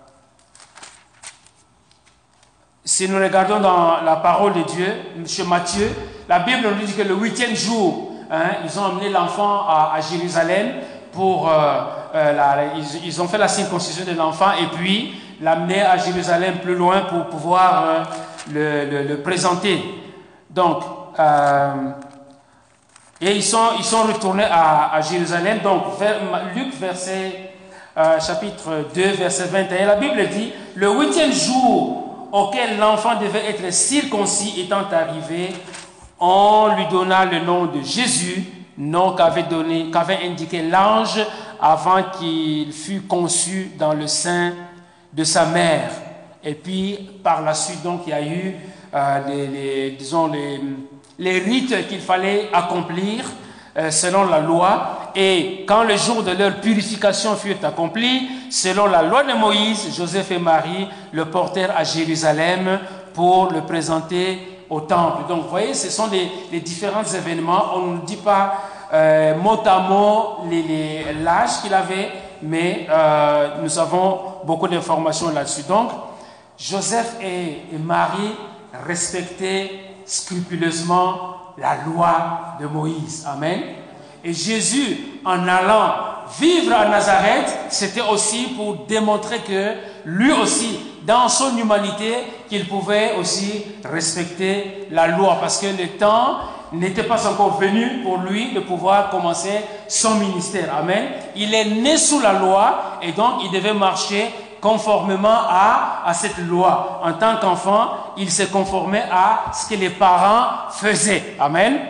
si nous regardons dans la parole de Dieu, chez Matthieu, la Bible nous dit que le huitième jour, hein, ils ont emmené l'enfant à, à Jérusalem pour euh, euh, la, ils, ils ont fait la circoncision de l'enfant et puis l'amener à Jérusalem plus loin pour pouvoir euh, le, le, le présenter. Donc, euh, et ils sont, ils sont retournés à, à Jérusalem. Donc, vers, Luc, verset, euh, chapitre deux, verset vingt et un, la Bible dit, le huitième jour auquel l'enfant devait être circoncis étant arrivé, on lui donna le nom de Jésus, nom qu'avait donné, qu'avait indiqué l'ange avant qu'il fût conçu dans le sein de sa mère. Et puis, par la suite, donc, il y a eu, euh, les, les, disons, les, les rites qu'il fallait accomplir euh, selon la loi. Et quand le jour de leur purification fut accompli, selon la loi de Moïse, Joseph et Marie le portèrent à Jérusalem pour le présenter au temple. Donc, vous voyez, ce sont les, les différents événements. On ne dit pas euh, mot à mot les, les, l'âge qu'il avait, mais euh, nous avons beaucoup d'informations là-dessus. Donc, Joseph et, et Marie respectaient scrupuleusement la loi de Moïse. Amen. Et Jésus, en allant vivre à Nazareth, c'était aussi pour démontrer que lui aussi, dans son humanité, qu'il pouvait aussi respecter la loi. Parce que le temps n'était pas encore venu pour lui de pouvoir commencer son ministère. Amen. Il est né sous la loi et donc il devait marcher conformément à, à cette loi. En tant qu'enfant, il se conformait à ce que les parents faisaient. Amen.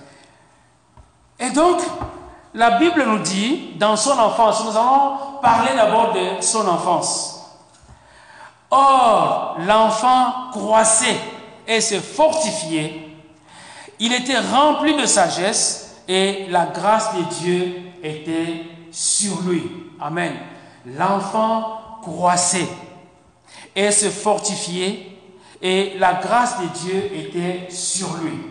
Et donc, la Bible nous dit, dans son enfance, nous allons parler d'abord de son enfance. Or, l'enfant croissait et se fortifiait. Il était rempli de sagesse et la grâce de Dieu était sur lui. Amen. L'enfant croissait et se fortifiait et la grâce de Dieu était sur lui.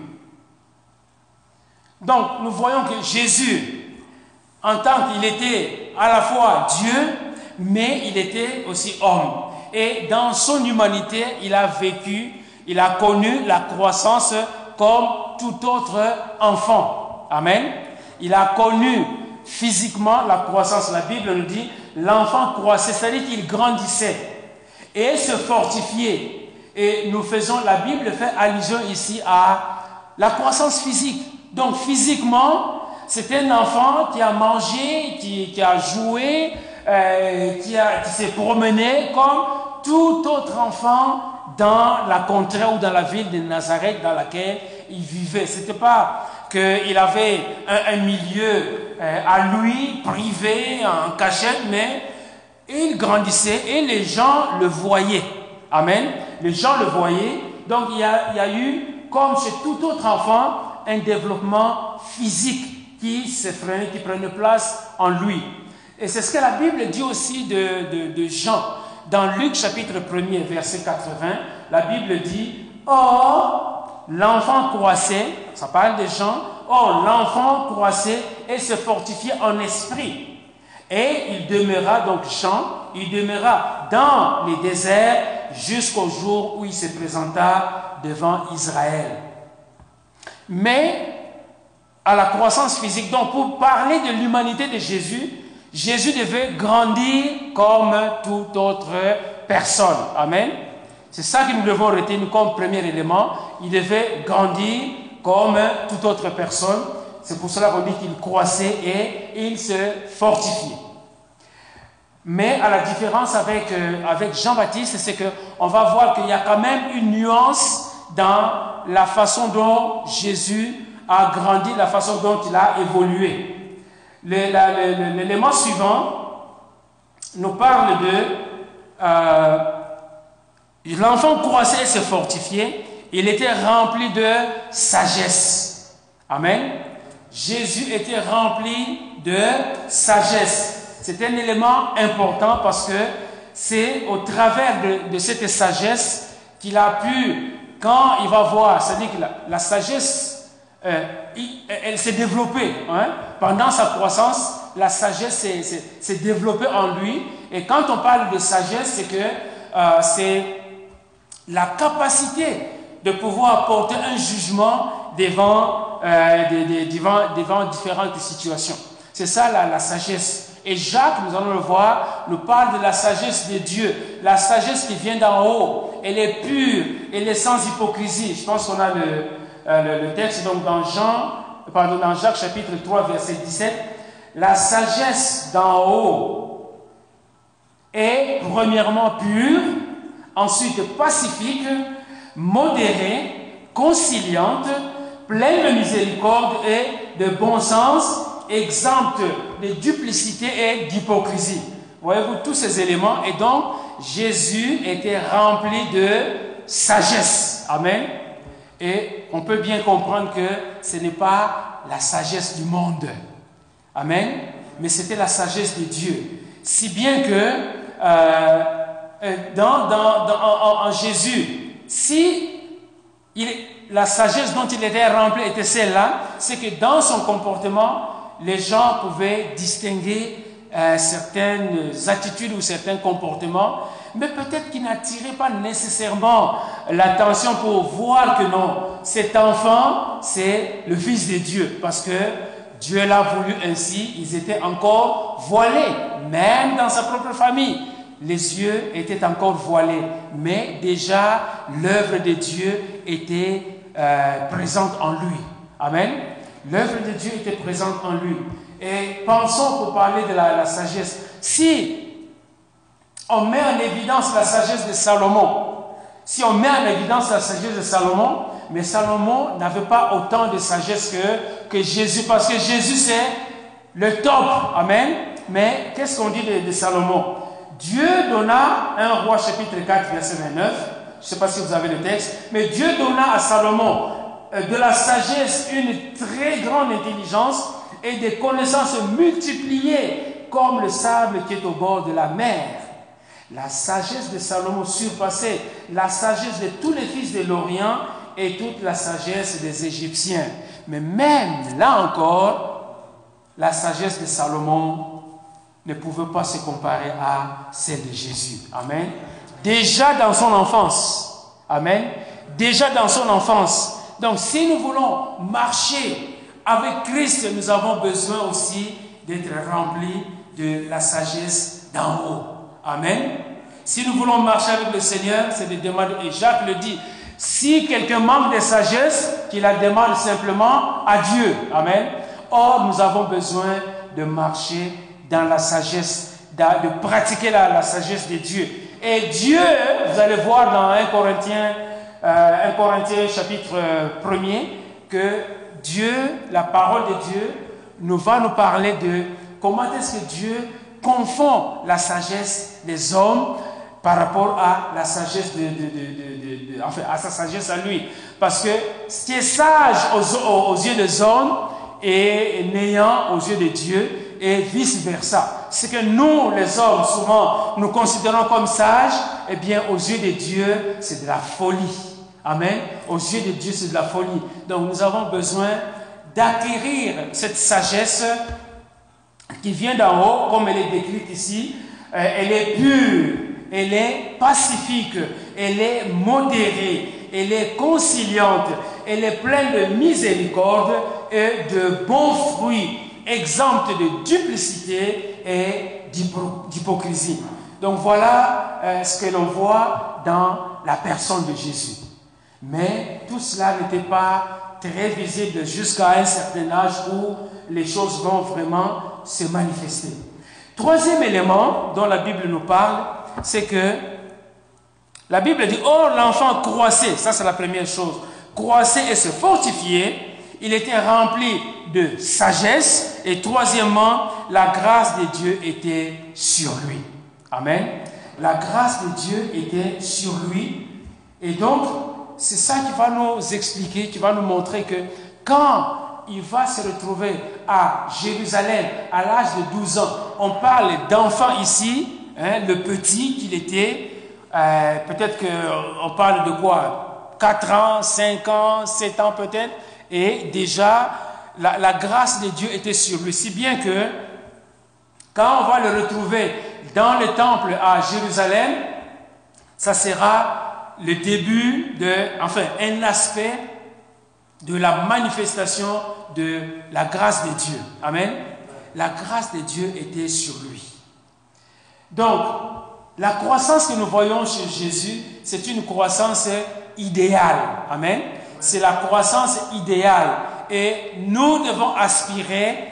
Donc, nous voyons que Jésus, en tant qu'il était à la fois Dieu, mais il était aussi homme. Et dans son humanité, il a vécu, il a connu la croissance comme tout autre enfant. Amen. Il a connu physiquement la croissance. La Bible nous dit, l'enfant croissait, c'est-à-dire qu'il grandissait et se fortifiait. Et nous faisons, la Bible fait allusion ici à la croissance physique. Donc physiquement, c'est un enfant qui a mangé, qui, qui a joué, euh, qui, a, qui s'est promené comme tout autre enfant dans la contrée ou dans la ville de Nazareth dans laquelle il vivait. Ce n'était pas qu'il avait un, un milieu euh, à lui, privé, en cachette, mais il grandissait et les gens le voyaient. Amen. Les gens le voyaient. Donc il y a, il y a eu, comme chez tout autre enfant, un développement physique qui s'effrénait, qui prenait place en lui. Et c'est ce que la Bible dit aussi de, de, de Jean. Dans Luc chapitre un, verset quatre-vingts, la Bible dit « Or, l'enfant croissait », ça parle de Jean, « Or, l'enfant croissait et se fortifiait en esprit. Et il demeura, donc Jean, il demeura dans les déserts jusqu'au jour où il se présenta devant Israël. » Mais à la croissance physique, donc pour parler de l'humanité de Jésus, Jésus devait grandir comme toute autre personne. Amen. C'est ça que nous devons retenir comme premier élément. Il devait grandir comme toute autre personne. C'est pour cela qu'on dit qu'il croissait et il se fortifiait. Mais à la différence avec, euh, avec Jean-Baptiste, c'est qu'on va voir qu'il y a quand même une nuance dans la façon dont Jésus a grandi, la façon dont il a évolué. L'élément suivant nous parle de euh, l'enfant croissait et se fortifiait, il était rempli de sagesse. Amen. Jésus était rempli de sagesse. C'est un élément important parce que c'est au travers de, de cette sagesse qu'il a pu, quand il va voir, c'est-à-dire que la, la sagesse, euh, il, elle s'est développée. Hein? Pendant sa croissance, la sagesse s'est développée en lui. Et quand on parle de sagesse, c'est que euh, c'est la capacité de pouvoir porter un jugement devant, euh, des, des, devant, devant différentes situations. C'est ça la, la sagesse. Et Jacques, nous allons le voir, nous parle de la sagesse de Dieu. La sagesse qui vient d'en haut. Elle est pure, elle est sans hypocrisie. Je pense qu'on a le, euh, le, le texte donc dans, Jean, pardon, dans Jacques chapitre trois, verset dix-sept. La sagesse d'en haut est premièrement pure, ensuite pacifique, modérée, conciliante, pleine de miséricorde et de bon sens, exempte de duplicité et d'hypocrisie. Voyez-vous tous ces éléments. Et donc, Jésus était rempli de sagesse. Amen. Et on peut bien comprendre que ce n'est pas la sagesse du monde. Amen. Mais c'était la sagesse de Dieu. Si bien que euh, dans, dans, dans, en, en Jésus, si il, la sagesse dont il était rempli était celle-là, c'est que dans son comportement, les gens pouvaient distinguer euh, certaines attitudes ou certains comportements, mais peut-être qu'ils n'attiraient pas nécessairement l'attention pour voir que non, cet enfant, c'est le Fils de Dieu, parce que Dieu l'a voulu ainsi. Ils étaient encore voilés, même dans sa propre famille. Les yeux étaient encore voilés, mais déjà l'œuvre de Dieu était euh, présente en lui. Amen. L'œuvre de Dieu était présente en lui. Et pensons pour parler de la, la sagesse. Si on met en évidence la sagesse de Salomon, si on met en évidence la sagesse de Salomon, mais Salomon n'avait pas autant de sagesse que, que Jésus, parce que Jésus c'est le top. Amen. Mais qu'est-ce qu'on dit de, de Salomon? Dieu donna, un roi chapitre quatre, verset vingt-neuf, je ne sais pas si vous avez le texte, mais Dieu donna à Salomon de la sagesse, une très grande intelligence et des connaissances multipliées comme le sable qui est au bord de la mer. La sagesse de Salomon surpassait la sagesse de tous les fils de l'Orient et toute la sagesse des Égyptiens. Mais même là encore, la sagesse de Salomon ne pouvait pas se comparer à celle de Jésus. Amen. Déjà dans son enfance. Amen. Déjà dans son enfance. Donc, si nous voulons marcher avec Christ, nous avons besoin aussi d'être remplis de la sagesse d'en haut. Amen. Si nous voulons marcher avec le Seigneur, c'est de demander, et Jacques le dit, si quelqu'un manque de sagesse, qu'il la demande simplement à Dieu. Amen. Or, nous avons besoin de marcher dans la sagesse, de pratiquer la, la sagesse de Dieu. Et Dieu, vous allez voir dans un Corinthiens, Euh, un Corinthiens chapitre euh, premier, que Dieu, la parole de Dieu, nous va nous parler de comment est-ce que Dieu confond la sagesse des hommes par rapport à la sagesse de, de, de, de, de, de enfin, à sa sagesse à lui. Parce que ce qui est sage aux, aux, aux yeux des hommes est néant aux yeux de Dieu et vice-versa. Ce que nous, les hommes, souvent, nous considérons comme sages, eh bien, aux yeux de Dieu, c'est de la folie. Amen. Aux yeux de Dieu, c'est de la folie. Donc, nous avons besoin d'acquérir cette sagesse qui vient d'en haut, comme elle est décrite ici. Euh, elle est pure, elle est pacifique, elle est modérée, elle est conciliante, elle est pleine de miséricorde et de bons fruits, exempte de duplicité et d'hypocrisie. Donc voilà euh, ce que l'on voit dans la personne de Jésus. Mais tout cela n'était pas très visible jusqu'à un certain âge où les choses vont vraiment se manifester. Troisième élément dont la Bible nous parle, c'est que la Bible dit « Or, l'enfant croissait », ça c'est la première chose, croissait et se fortifiait, il était rempli de sagesse, et troisièmement, la grâce de Dieu était sur lui. Amen. La grâce de Dieu était sur lui, et donc, c'est ça qui va nous expliquer, qui va nous montrer que quand il va se retrouver à Jérusalem à l'âge de douze ans, on parle d'enfant ici, hein, le petit qu'il était, euh, peut-être qu'on parle de quoi, quatre ans, cinq ans, sept ans peut-être, et déjà la, la grâce de Dieu était sur lui, si bien que quand on va le retrouver dans le temple à Jérusalem, ça sera le début de, enfin, un aspect de la manifestation de la grâce de Dieu. Amen. La grâce de Dieu était sur lui. Donc, la croissance que nous voyons chez Jésus, c'est une croissance idéale. Amen. C'est la croissance idéale. Et nous devons aspirer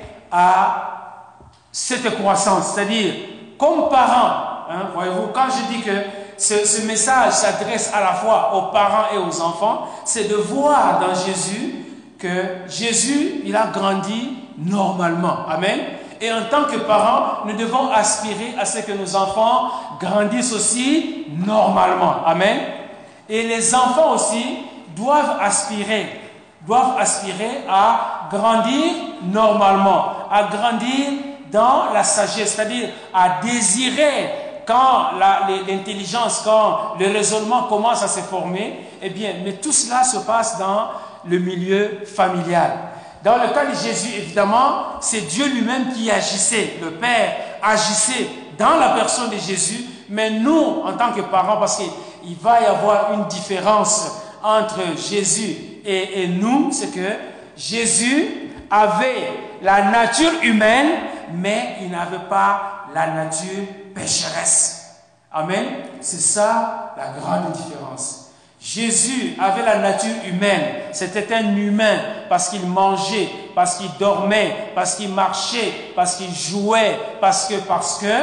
à cette croissance. C'est-à-dire, comme parents, hein, voyez-vous, quand je dis que Ce, ce message s'adresse à la fois aux parents et aux enfants, c'est de voir dans Jésus que Jésus, il a grandi normalement. Amen. Et en tant que parents, nous devons aspirer à ce que nos enfants grandissent aussi normalement. Amen. Et les enfants aussi doivent aspirer, doivent aspirer à grandir normalement, à grandir dans la sagesse, c'est-à-dire à désirer. Quand l'intelligence, quand le raisonnement commence à se former, eh bien, mais tout cela se passe dans le milieu familial. Dans le cas de Jésus, évidemment, c'est Dieu lui-même qui agissait. Le Père agissait dans la personne de Jésus, mais nous, en tant que parents, parce qu'il va y avoir une différence entre Jésus et, et nous, c'est que Jésus avait la nature humaine, mais il n'avait pas la nature pécheresse. Amen. C'est ça la grande différence. Jésus avait la nature humaine. C'était un humain parce qu'il mangeait, parce qu'il dormait, parce qu'il marchait, parce qu'il jouait, parce que, parce que,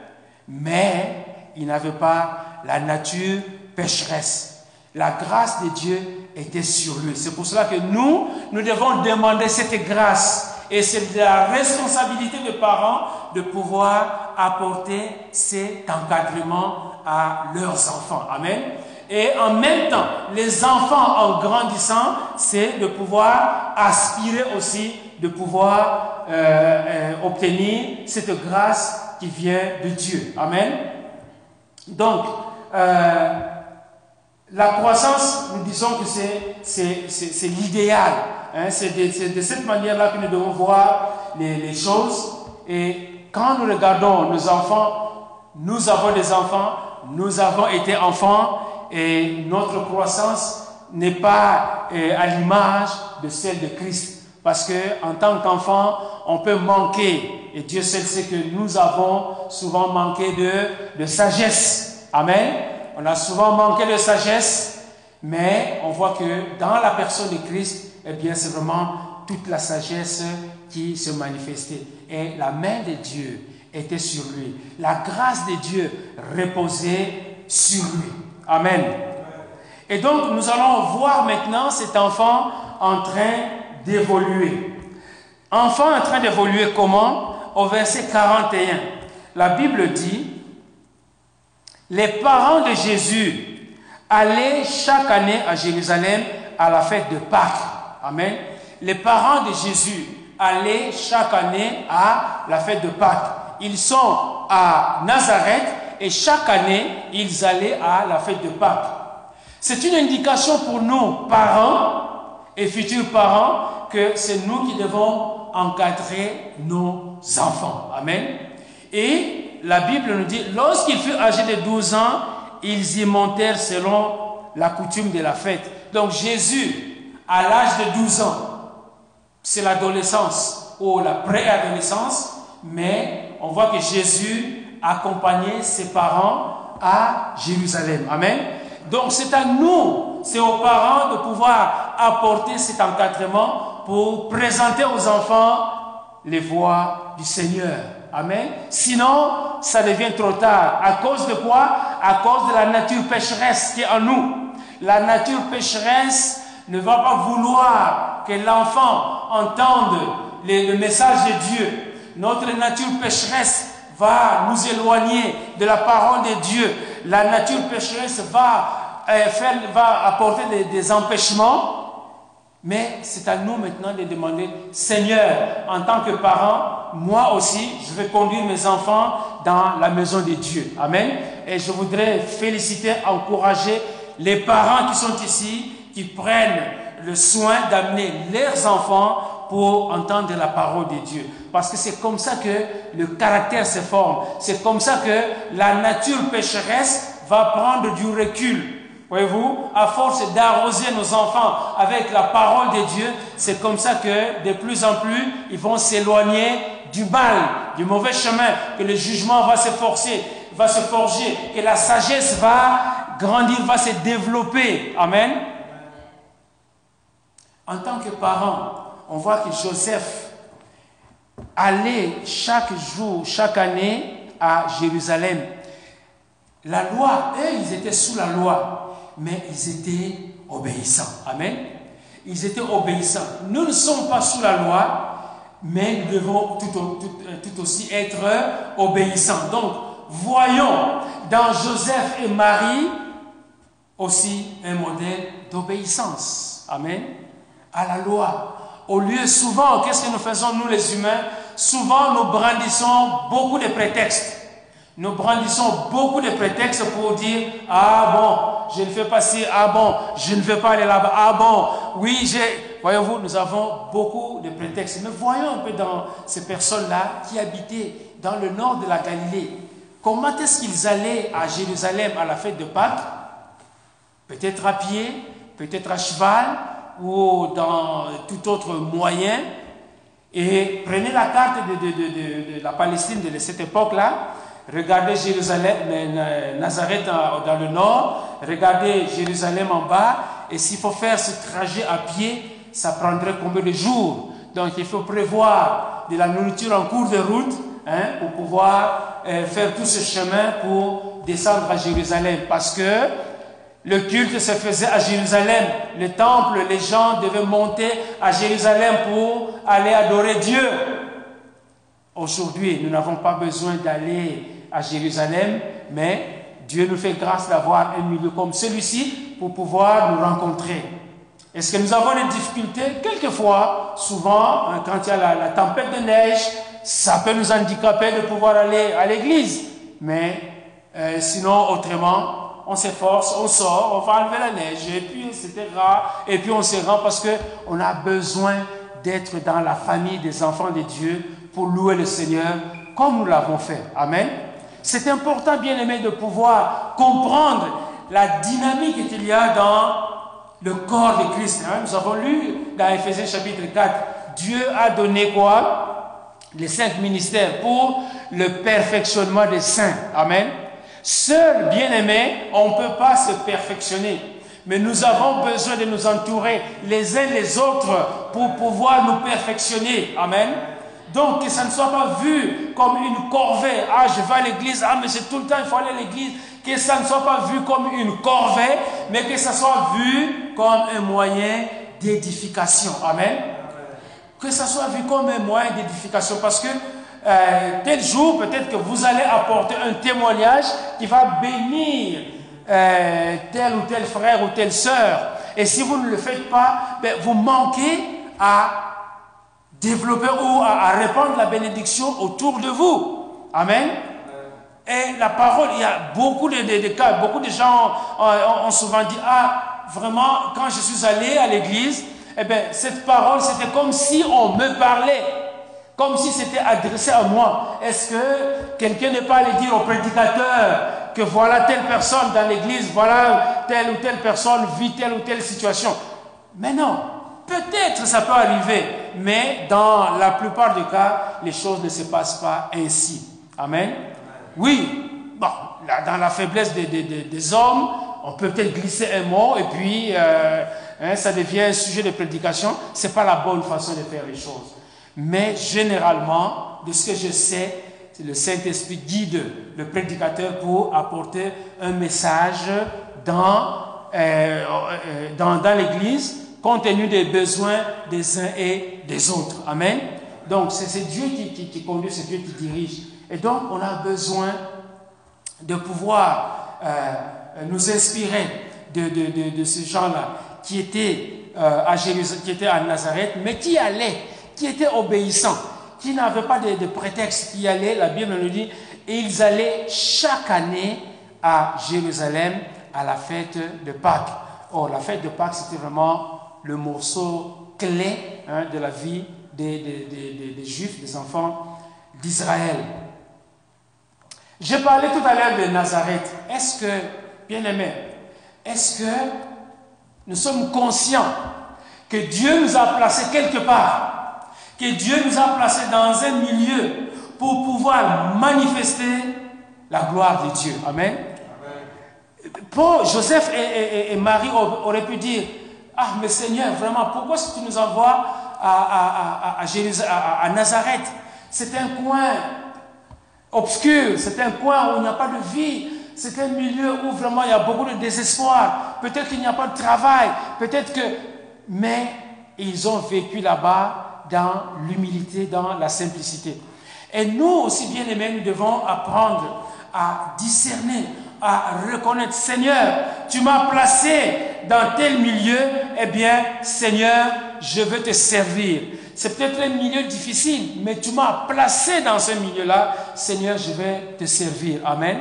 mais il n'avait pas la nature pécheresse. La grâce de Dieu était sur lui. C'est pour cela que nous, nous devons demander cette grâce. Et c'est de la responsabilité des parents de pouvoir apporter cet encadrement à leurs enfants. Amen. Et en même temps, les enfants en grandissant, c'est de pouvoir aspirer aussi, de pouvoir euh, euh, obtenir cette grâce qui vient de Dieu. Amen. Donc, euh, la croissance, nous disons que c'est l'idéal. Hein, c'est de, de cette manière-là que nous devons voir les, les choses. Et quand nous regardons nos enfants, nous avons des enfants, nous avons été enfants, et notre croissance n'est pas euh, à l'image de celle de Christ. Parce qu'en tant qu'enfant, on peut manquer, et Dieu seul sait que nous avons souvent manqué de, de sagesse. Amen. On a souvent manqué de sagesse, mais on voit que dans la personne de Christ, eh bien, c'est vraiment toute la sagesse qui se manifestait. Et la main de Dieu était sur lui. La grâce de Dieu reposait sur lui. Amen. Et donc, nous allons voir maintenant cet enfant en train d'évoluer. Enfant en train d'évoluer comment? Au verset quarante et un, la Bible dit: les parents de Jésus allaient chaque année à Jérusalem à la fête de Pâques. Amen. Les parents de Jésus allaient chaque année à la fête de Pâques. Ils sont à Nazareth et chaque année, ils allaient à la fête de Pâques. C'est une indication pour nous, parents et futurs parents, que c'est nous qui devons encadrer nos enfants. Amen. Et la Bible nous dit, lorsqu'ils furent âgés de douze ans, ils y montèrent selon la coutume de la fête. Donc Jésus, à l'âge de douze ans, c'est l'adolescence ou la préadolescence, mais on voit que Jésus accompagnait ses parents à Jérusalem. Amen. Donc c'est à nous, c'est aux parents de pouvoir apporter cet encadrement pour présenter aux enfants les voies du Seigneur. Amen. Sinon, ça devient trop tard. À cause de quoi? À cause de la nature pécheresse qui est en nous. La nature pécheresse ne va pas vouloir que l'enfant entende les, le message de Dieu. Notre nature pécheresse va nous éloigner de la parole de Dieu. La nature pécheresse va, euh, faire, va apporter des, des empêchements. Mais c'est à nous maintenant de demander, Seigneur, en tant que parent, moi aussi, je vais conduire mes enfants dans la maison de Dieu. Amen. Et je voudrais féliciter, encourager les parents qui sont ici, qui prennent le soin d'amener leurs enfants pour entendre la parole de Dieu. Parce que c'est comme ça que le caractère se forme. C'est comme ça que la nature pécheresse va prendre du recul. Voyez-vous, à force d'arroser nos enfants avec la parole de Dieu, c'est comme ça que de plus en plus, ils vont s'éloigner du mal, du mauvais chemin, que le jugement va se forcer, va se forger, que la sagesse va grandir, va se développer. Amen. En tant que parent, on voit que Joseph allait chaque jour, chaque année à Jérusalem. La loi, eux, ils étaient sous la loi. Mais ils étaient obéissants. Amen. Ils étaient obéissants. Nous ne sommes pas sous la loi, mais nous devons tout, tout, tout aussi être obéissants. Donc, voyons dans Joseph et Marie aussi un modèle d'obéissance. Amen. À la loi. Au lieu, souvent, qu'est-ce que nous faisons, nous les humains? Souvent, nous brandissons beaucoup de prétextes. Nous brandissons beaucoup de prétextes pour dire « Ah bon, je ne fais pas ci, ah bon, je ne vais pas aller là-bas, ah bon, oui, j'ai... » Voyez-vous, nous avons beaucoup de prétextes. Mais voyons un peu dans ces personnes-là qui habitaient dans le nord de la Galilée. Comment est-ce qu'ils allaient à Jérusalem à la fête de Pâques? Peut-être à pied, peut-être à cheval ou dans tout autre moyen. Et prenez la carte de, de, de, de, de la Palestine de cette époque-là. Regardez Jérusalem, Nazareth dans le nord, regardez Jérusalem en bas, et s'il faut faire ce trajet à pied, ça prendrait combien de jours? Donc il faut prévoir de la nourriture en cours de route hein, pour pouvoir euh, faire tout ce chemin pour descendre à Jérusalem. Parce que le culte se faisait à Jérusalem, le temple, les gens devaient monter à Jérusalem pour aller adorer Dieu. Aujourd'hui, nous n'avons pas besoin d'aller à Jérusalem, mais Dieu nous fait grâce d'avoir un milieu comme celui-ci pour pouvoir nous rencontrer. Est-ce que nous avons des difficultés? Quelquefois, souvent, quand il y a la, la tempête de neige, ça peut nous handicaper de pouvoir aller à l'église. Mais euh, sinon, autrement, on s'efforce, on sort, on va enlever la neige, et puis et cetera. Et puis on se rend parce qu'on a besoin d'être dans la famille des enfants de Dieu pour louer le Seigneur comme nous l'avons fait. Amen. C'est important, bien aimé, de pouvoir comprendre la dynamique qu'il y a dans le corps de Christ. Hein? Nous avons lu dans Éphésiens chapitre quatre, Dieu a donné quoi? Les cinq ministères pour le perfectionnement des saints. Amen. Seul, bien aimé, on ne peut pas se perfectionner. Mais nous avons besoin de nous entourer les uns les autres pour pouvoir nous perfectionner. Amen. Donc, que ça ne soit pas vu comme une corvée. Ah, je vais à l'église. Ah, mais c'est tout le temps, il faut aller à l'église. Que ça ne soit pas vu comme une corvée, mais que ça soit vu comme un moyen d'édification. Amen. Que ça soit vu comme un moyen d'édification. Parce que euh, tel jour, peut-être que vous allez apporter un témoignage qui va bénir euh, tel ou tel frère ou telle sœur. Et si vous ne le faites pas, ben, vous manquez à développer ou à, à répandre la bénédiction autour de vous. Amen. Et la parole, il y a beaucoup de, de, de cas, beaucoup de gens ont, ont souvent dit, ah, vraiment, quand je suis allé à l'église, eh bien, cette parole, c'était comme si on me parlait, comme si c'était adressé à moi. Est-ce que quelqu'un n'est pas allé dire au prédicateur que voilà telle personne dans l'église, voilà telle ou telle personne vit telle ou telle situation? Mais non, peut-être ça peut arriver, mais dans la plupart des cas, les choses ne se passent pas ainsi. Amen. Oui, bon, là, dans la faiblesse des, des, des, des hommes, on peut peut-être glisser un mot et puis euh, hein, ça devient un sujet de prédication. Ce n'est pas la bonne façon de faire les choses. Mais généralement, de ce que je sais, le Saint-Esprit guide le prédicateur pour apporter un message dans, euh, dans, dans l'Église, compte tenu des besoins des uns et des autres. Amen. Donc, c'est Dieu qui, qui, qui conduit, c'est Dieu qui dirige. Et donc, on a besoin de pouvoir euh, nous inspirer de, de, de, de ces gens-là qui étaient euh, à Jérusalem, qui étaient à Nazareth, mais qui allaient, qui étaient obéissants, qui n'avaient pas de, de prétexte, qui allaient, la Bible nous dit, et ils allaient chaque année à Jérusalem à la fête de Pâques. Or, la fête de Pâques, c'était vraiment le morceau clé hein, de la vie des, des, des, des, des Juifs, des enfants d'Israël. J'ai parlé tout à l'heure de Nazareth. Est-ce que, bien-aimés, est-ce que nous sommes conscients que Dieu nous a placés quelque part, que Dieu nous a placés dans un milieu pour pouvoir manifester la gloire de Dieu? Amen. Amen. Paul, Joseph et, et, et Marie auraient pu dire, ah mais Seigneur, vraiment, pourquoi est-ce que tu nous envoies à, à, à, à, Jérusalem, à, à Nazareth? C'est un coin obscur, c'est un coin où il n'y a pas de vie, c'est un milieu où vraiment il y a beaucoup de désespoir, peut-être qu'il n'y a pas de travail, peut-être que... Mais ils ont vécu là-bas dans l'humilité, dans la simplicité. Et nous aussi, bien aimés, nous devons apprendre à discerner, à reconnaître, Seigneur, tu m'as placé dans tel milieu, eh bien, Seigneur, je veux te servir. C'est peut-être un milieu difficile, mais tu m'as placé dans ce milieu-là. Seigneur, je vais te servir. Amen.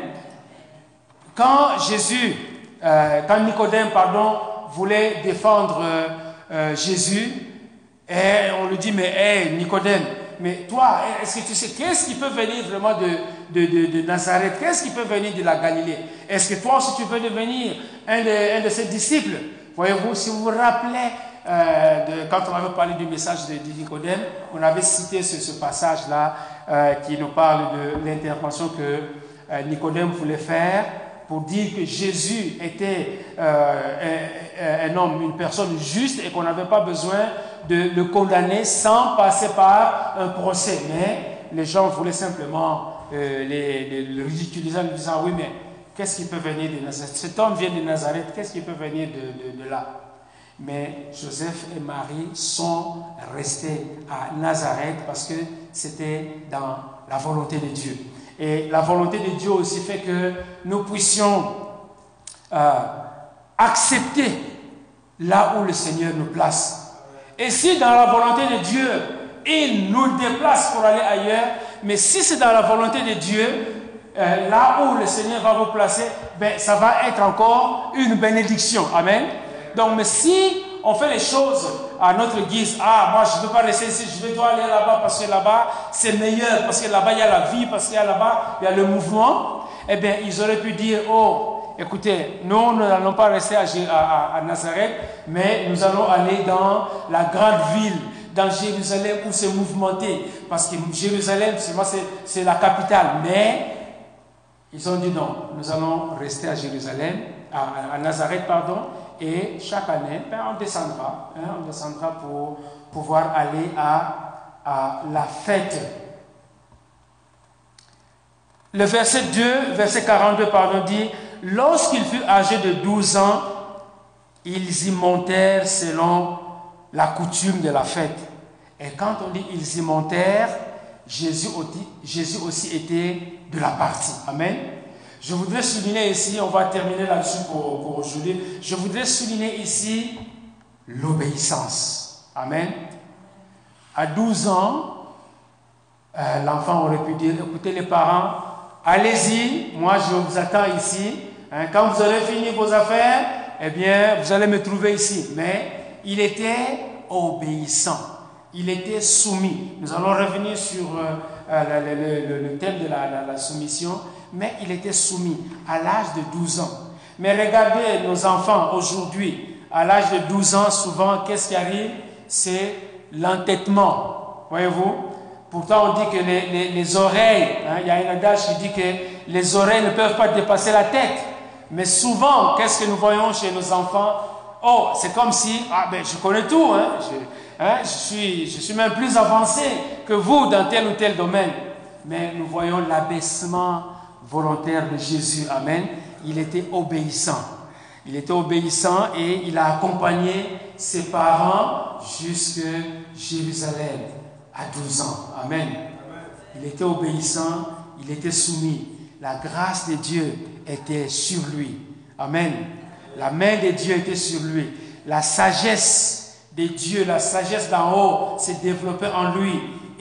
Quand Jésus, euh, quand Nicodème, pardon, voulait défendre euh, euh, Jésus, et on lui dit, mais hey, Nicodème, mais toi, est-ce que tu sais, qu'est-ce qui peut venir vraiment de, de, de, de Nazareth? Qu'est-ce qui peut venir de la Galilée? Est-ce que toi aussi tu veux devenir un de, un de ses disciples? Voyez-vous, si vous vous rappelez, Euh, de, quand on avait parlé du message de, de Nicodème, on avait cité ce, ce passage-là euh, qui nous parle de l'intervention que euh, Nicodème voulait faire pour dire que Jésus était euh, un, un homme, une personne juste et qu'on n'avait pas besoin de le condamner sans passer par un procès. Mais les gens voulaient simplement euh, les, les, le ridiculiser en lui disant, oui, mais qu'est-ce qui peut venir de Nazareth? Cet homme vient de Nazareth, qu'est-ce qui peut venir de, de, de là? Mais Joseph et Marie sont restés à Nazareth parce que c'était dans la volonté de Dieu. Et la volonté de Dieu aussi fait que nous puissions euh, accepter là où le Seigneur nous place. Et si dans la volonté de Dieu, il nous déplace pour aller ailleurs, mais si c'est dans la volonté de Dieu, euh, là où le Seigneur va vous placer, ben, ça va être encore une bénédiction. Amen. Donc, mais si on fait les choses à notre guise, ah, moi je ne veux pas rester ici, je vais dois aller là-bas parce que là-bas c'est meilleur, parce que là-bas il y a la vie, parce qu'il y a là-bas il y a le mouvement, eh bien ils auraient pu dire, oh, écoutez, nous n'allons pas rester à, à, à Nazareth, mais nous allons aller dans la grande ville, dans Jérusalem où c'est mouvementé, parce que Jérusalem, c'est la capitale, mais ils ont dit non, nous allons rester à Jérusalem, à, à Nazareth, pardon, et chaque année, ben, on descendra, hein, on descendra pour pouvoir aller à, à la fête. Le verset deux, verset quarante-deux, pardon, dit, lorsqu'il fut âgé de douze ans, ils y montèrent selon la coutume de la fête. Et quand on dit ils y montèrent, Jésus aussi, Jésus aussi était de la partie. Amen. Je voudrais souligner ici, on va terminer là-dessus pour, pour aujourd'hui, je voudrais souligner ici l'obéissance. Amen. À douze ans, euh, l'enfant aurait pu dire, écoutez les parents, allez-y, moi je vous attends ici. Hein, quand vous aurez fini vos affaires, eh bien, vous allez me trouver ici. Mais il était obéissant. Il était soumis. Nous allons revenir sur euh, euh, le, le, le thème de la, la, la soumission. Mais il était soumis à l'âge de douze ans. Mais regardez nos enfants aujourd'hui, à l'âge de douze ans, souvent, qu'est-ce qui arrive? C'est l'entêtement. Voyez-vous? Pourtant, on dit que les, les, les oreilles, hein, il y a un adage qui dit que les oreilles ne peuvent pas dépasser la tête. Mais souvent, qu'est-ce que nous voyons chez nos enfants? Oh, c'est comme si, ah ben je connais tout, hein, je, hein, je, suis, je suis même plus avancé que vous dans tel ou tel domaine. Mais nous voyons l'abaissement volontaire de Jésus. Amen. Il était obéissant. Il était obéissant et il a accompagné ses parents jusqu'à Jérusalem à douze ans. Amen. Il était obéissant, il était soumis. La grâce de Dieu était sur lui. Amen. La main de Dieu était sur lui. La sagesse de Dieu, la sagesse d'en haut s'est développée en lui.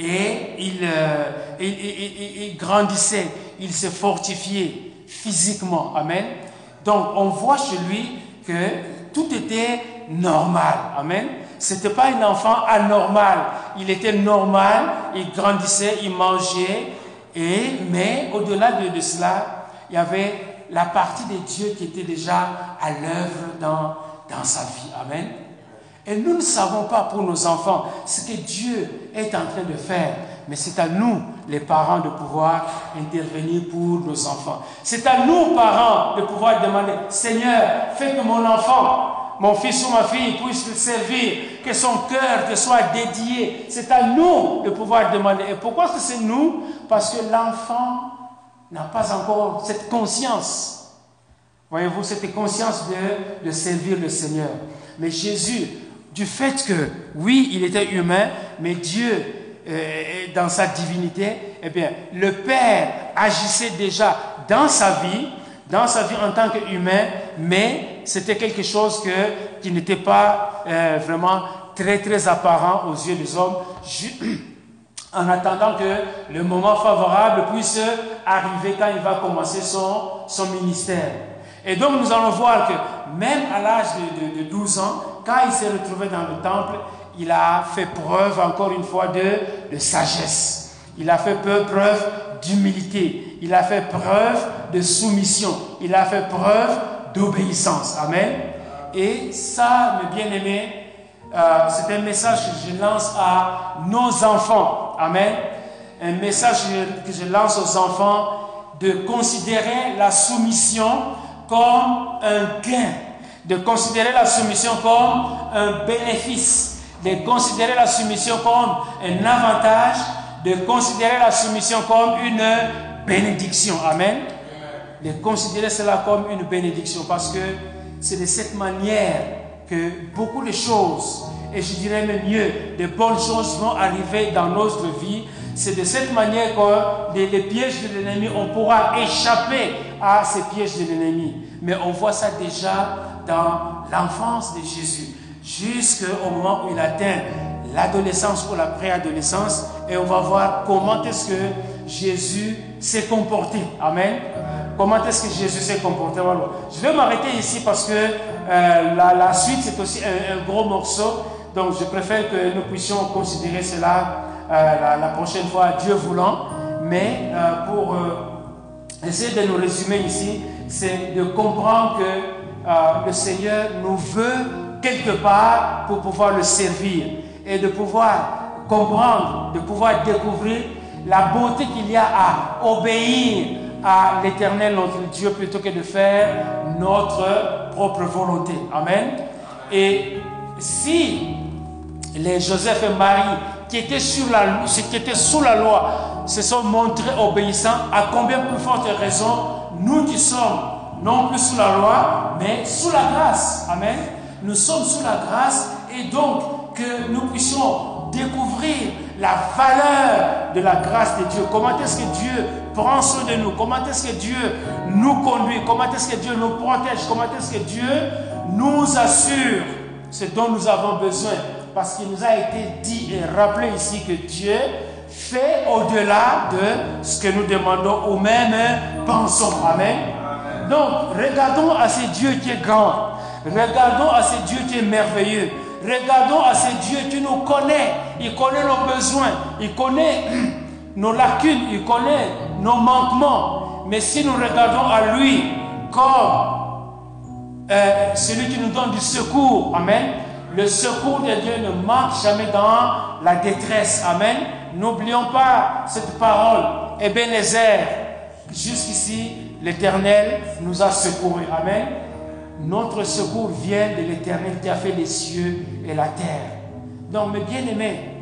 Et il, euh, il, il, il, il grandissait, il se fortifiait physiquement. Amen. Donc on voit chez lui que tout était normal. Amen. Ce n'était pas un enfant anormal. Il était normal, il grandissait, il mangeait. Et, mais au-delà de, de cela, il y avait la partie de Dieu qui était déjà à l'œuvre dans, dans sa vie. Amen. Et nous ne savons pas pour nos enfants ce que Dieu est en train de faire. Mais c'est à nous, les parents, de pouvoir intervenir pour nos enfants. C'est à nous, parents, de pouvoir demander, Seigneur, fais que mon enfant, mon fils ou ma fille puisse te servir, que son cœur te soit dédié. C'est à nous de pouvoir demander. Et pourquoi est-ce que c'est nous? Parce que l'enfant n'a pas encore cette conscience. Voyez-vous, cette conscience de, de servir le Seigneur. Mais Jésus, du fait que, oui, il était humain, mais Dieu, euh, dans sa divinité, eh bien, le Père agissait déjà dans sa vie, dans sa vie en tant qu'humain, mais c'était quelque chose que, qui n'était pas euh, vraiment très, très apparent aux yeux des hommes, en attendant que le moment favorable puisse arriver quand il va commencer son, son ministère. Et donc nous allons voir que même à l'âge de, de, de douze ans, quand il s'est retrouvé dans le temple, il a fait preuve encore une fois de, de sagesse. Il a fait preuve d'humilité. Il a fait preuve de soumission. Il a fait preuve d'obéissance. Amen. Et ça, mes bien-aimés, euh, c'est un message que je lance à nos enfants. Amen. Un message que je lance aux enfants de considérer la soumission comme un gain, de considérer la soumission comme un bénéfice, de considérer la soumission comme un avantage, de considérer la soumission comme une bénédiction. Amen. De considérer cela comme une bénédiction, parce que c'est de cette manière que beaucoup de choses, et je dirais même mieux, de bonnes choses vont arriver dans notre vie. C'est de cette manière que les, les pièges de l'ennemi, on pourra échapper à ces pièges de l'ennemi. Mais on voit ça déjà dans l'enfance de Jésus, jusqu'au moment où il atteint l'adolescence ou la préadolescence, et on va voir comment est-ce que Jésus s'est comporté. Amen. Comment est-ce que Jésus s'est comporté? Je vais m'arrêter ici parce que euh, la, la suite, c'est aussi un, un gros morceau. Donc, je préfère que nous puissions considérer cela euh, la, la prochaine fois, Dieu voulant. Mais euh, pour euh, essayer de nous résumer ici, c'est de comprendre que euh, le Seigneur nous veut quelque part pour pouvoir le servir et de pouvoir comprendre, de pouvoir découvrir la beauté qu'il y a à obéir à l'Éternel, notre Dieu, plutôt que de faire notre propre volonté. Amen. Et si les Joseph et Marie qui étaient, sur la, qui étaient sous la loi se sont montrés obéissants, à combien plus forte raison nous qui sommes non plus sous la loi, mais sous la grâce. Amen. Nous sommes sous la grâce, et donc que nous puissions découvrir la valeur de la grâce de Dieu. Comment est-ce que Dieu prend soin de nous? Comment est-ce que Dieu nous conduit? Comment est-ce que Dieu nous protège? Comment est-ce que Dieu nous assure ce dont nous avons besoin? Parce qu'il nous a été dit et rappelé ici que Dieu fait au-delà de ce que nous demandons ou même pensons. Amen. Donc, regardons à ce Dieu qui est grand. Regardons à ce Dieu qui est merveilleux. Regardons à ce Dieu qui nous connaît. Il connaît nos besoins. Il connaît nos lacunes. Il connaît nos manquements. Mais si nous regardons à lui comme euh, celui qui nous donne du secours, amen, le secours de Dieu ne manque jamais dans la détresse. Amen. N'oublions pas cette parole. Ebenezer, jusqu'ici, l'Éternel nous a secourus. Amen. Notre secours vient de l'Éternel qui a fait les cieux et la terre. Donc, mes bien-aimés,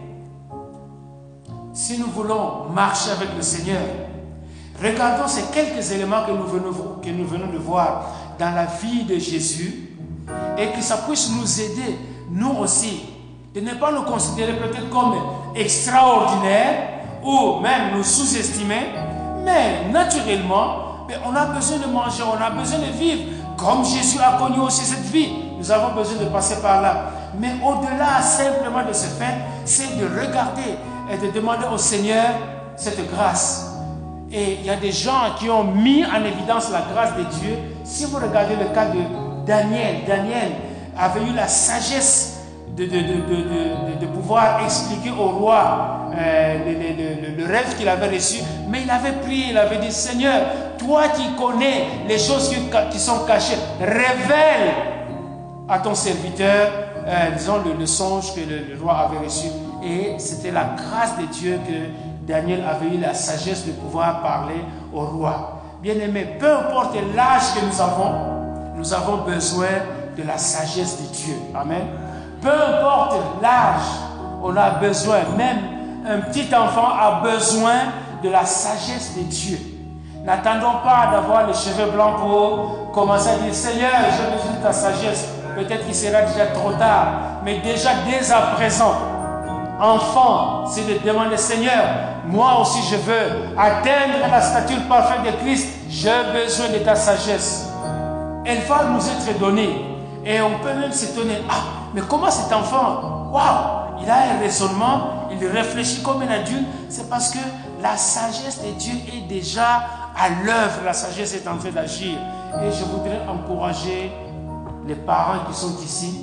si nous voulons marcher avec le Seigneur, regardons ces quelques éléments que nous venons, que nous venons de voir dans la vie de Jésus et que ça puisse nous aider, nous aussi, de ne pas nous considérer peut-être comme extraordinaires ou même nous sous-estimer, mais naturellement, mais on a besoin de manger, on a besoin de vivre. Comme Jésus a connu aussi cette vie, nous avons besoin de passer par là. Mais au-delà simplement de ce fait, c'est de regarder et de demander au Seigneur cette grâce. Et il y a des gens qui ont mis en évidence la grâce de Dieu. Si vous regardez le cas de Daniel, Daniel avait eu la sagesse de, de, de, de, de, de pouvoir expliquer au roi euh, le, le, le, le rêve qu'il avait reçu. Mais il avait prié, il avait dit, Seigneur, toi qui connais les choses qui, qui sont cachées, révèle à ton serviteur, euh, disons, le, le songe que le, le roi avait reçu. Et c'était la grâce de Dieu que Daniel avait eu la sagesse de pouvoir parler au roi. Bien-aimé, peu importe l'âge que nous avons, nous avons besoin de la sagesse de Dieu. Amen. Peu importe l'âge, on a besoin, même un petit enfant a besoin de la sagesse de Dieu. N'attendons pas d'avoir les cheveux blancs pour commencer à dire, Seigneur, j'ai besoin de ta sagesse. Peut-être qu'il sera déjà trop tard, mais déjà dès à présent, enfant, c'est de demander, Seigneur, moi aussi je veux atteindre la stature parfaite de Christ, j'ai besoin de ta sagesse. Elle va nous être donnée. Et on peut même s'étonner, ah, mais comment cet enfant, waouh, il a un raisonnement, il réfléchit comme un adulte. C'est parce que la sagesse de Dieu est déjà à l'œuvre, la sagesse est en train d'agir. Et je voudrais encourager les parents qui sont ici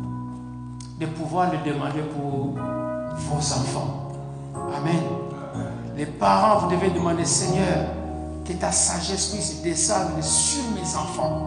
de pouvoir le demander pour vos enfants. Amen. Les parents, vous devez demander, Seigneur, que ta sagesse puisse descendre sur mes enfants.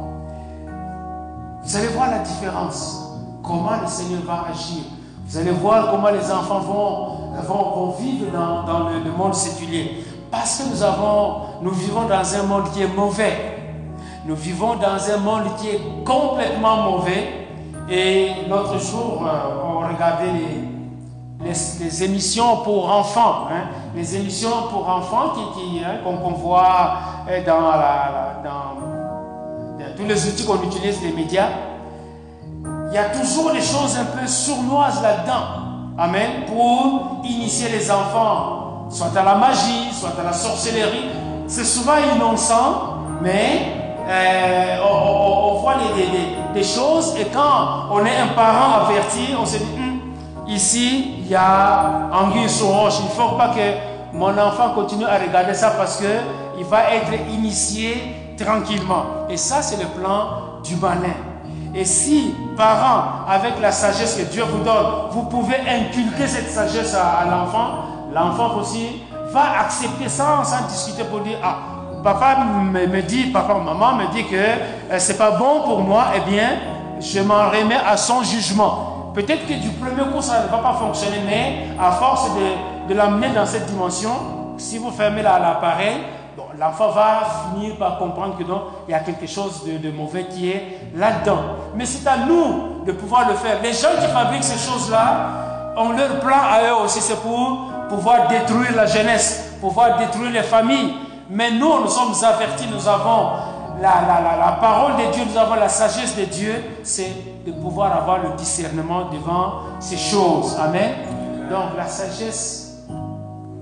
Vous allez voir la différence. Comment le Seigneur va agir. Vous allez voir comment les enfants vont, vont, vont vivre dans, dans le, le monde séculier. Parce que nous, avons, nous vivons dans un monde qui est mauvais. Nous vivons dans un monde qui est complètement mauvais. Et l'autre jour, on regardait les, les, les émissions pour enfants. Hein, les émissions pour enfants qui, qui, hein, qu'on, qu'on voit dans, la, la, dans, dans tous les outils qu'on utilise, les médias. Il y a toujours des choses un peu sournoises là-dedans. Amen. Pour initier les enfants, soit à la magie, soit à la sorcellerie. C'est souvent innocent, mais euh, on, on, on voit des, des, des choses. Et quand on est un parent averti, on se dit, hm, ici, il y a anguille sous roche. Il ne faut pas que mon enfant continue à regarder ça parce qu'il va être initié tranquillement. Et ça, c'est le plan du malin. Et si, parents, avec la sagesse que Dieu vous donne, vous pouvez inculquer cette sagesse à, à l'enfant, l'enfant aussi va accepter sans, sans discuter pour dire, ah, papa me, me dit, papa, maman me dit que euh, c'est pas bon pour moi, eh bien, je m'en remets à son jugement. Peut-être que du premier coup, ça ne va pas fonctionner, mais à force de, de l'amener dans cette dimension, si vous fermez l'appareil, bon, l'enfant va finir par comprendre que non, il y a quelque chose de, de mauvais qui est là-dedans. Mais c'est à nous de pouvoir le faire. Les gens qui fabriquent ces choses-là ont leur plan à eux aussi, c'est pour pouvoir détruire la jeunesse, pouvoir détruire les familles. Mais nous, nous sommes avertis, nous avons la, la, la, la parole de Dieu, nous avons la sagesse de Dieu, c'est de pouvoir avoir le discernement devant ces choses. Amen. Donc la sagesse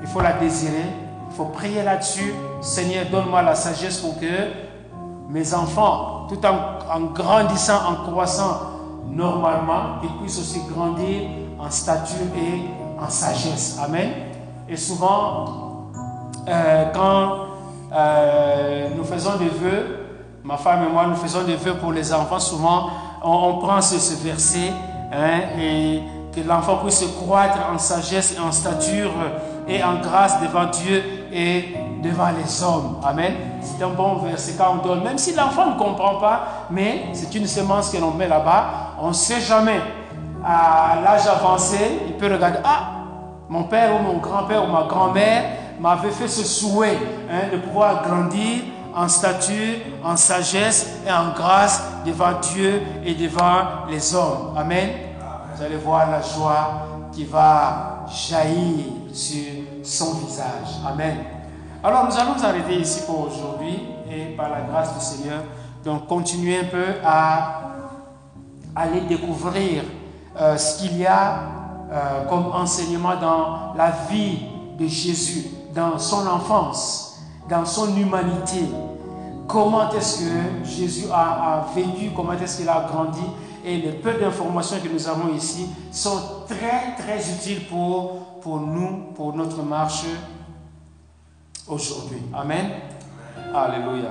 il faut la désirer, il faut prier là-dessus. Seigneur, donne-moi la sagesse pour que mes enfants, tout en, en grandissant, en croissant normalement, ils puissent aussi grandir en stature et en sagesse. Amen. Et souvent, euh, quand euh, nous faisons des vœux, ma femme et moi, nous faisons des vœux pour les enfants, souvent, on, on prend ce, ce verset, hein, et que l'enfant puisse croître en sagesse et en stature et en grâce devant Dieu et devant les hommes. Amen. C'est un bon verset quand on donne, même si l'enfant ne comprend pas, mais c'est une semence que l'on met là-bas. On ne sait jamais, à l'âge avancé, il peut regarder, ah, mon père ou mon grand-père ou ma grand-mère m'avait fait ce souhait, hein, de pouvoir grandir en stature, en sagesse et en grâce devant Dieu et devant les hommes. Amen. Vous allez voir la joie qui va jaillir sur son visage. Amen. Alors nous allons nous arrêter ici pour aujourd'hui et par la grâce du Seigneur, donc continuer un peu à aller découvrir euh, ce qu'il y a euh, comme enseignement dans la vie de Jésus, dans son enfance, dans son humanité. Comment est-ce que Jésus a, a vécu, comment est-ce qu'il a grandi. Et les peu d'informations que nous avons ici sont très très utiles pour, pour nous, pour notre marche aujourd'hui. Amen. Alléluia.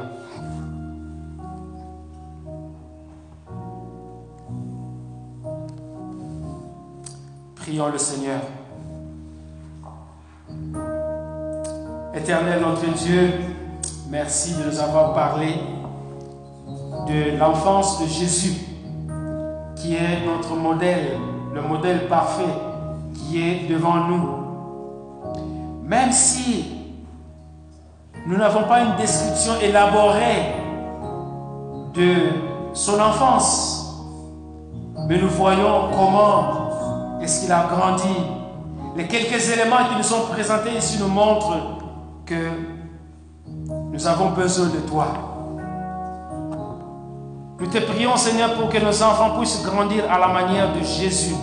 Prions le Seigneur. Éternel notre Dieu, merci de nous avoir parlé de l'enfance de Jésus, qui est notre modèle, le modèle parfait qui est devant nous. Même si nous n'avons pas une description élaborée de son enfance, mais nous voyons comment est-ce qu'il a grandi. Les quelques éléments qui nous sont présentés ici nous montrent que nous avons besoin de toi. Nous te prions, Seigneur, pour que nos enfants puissent grandir à la manière de Jésus.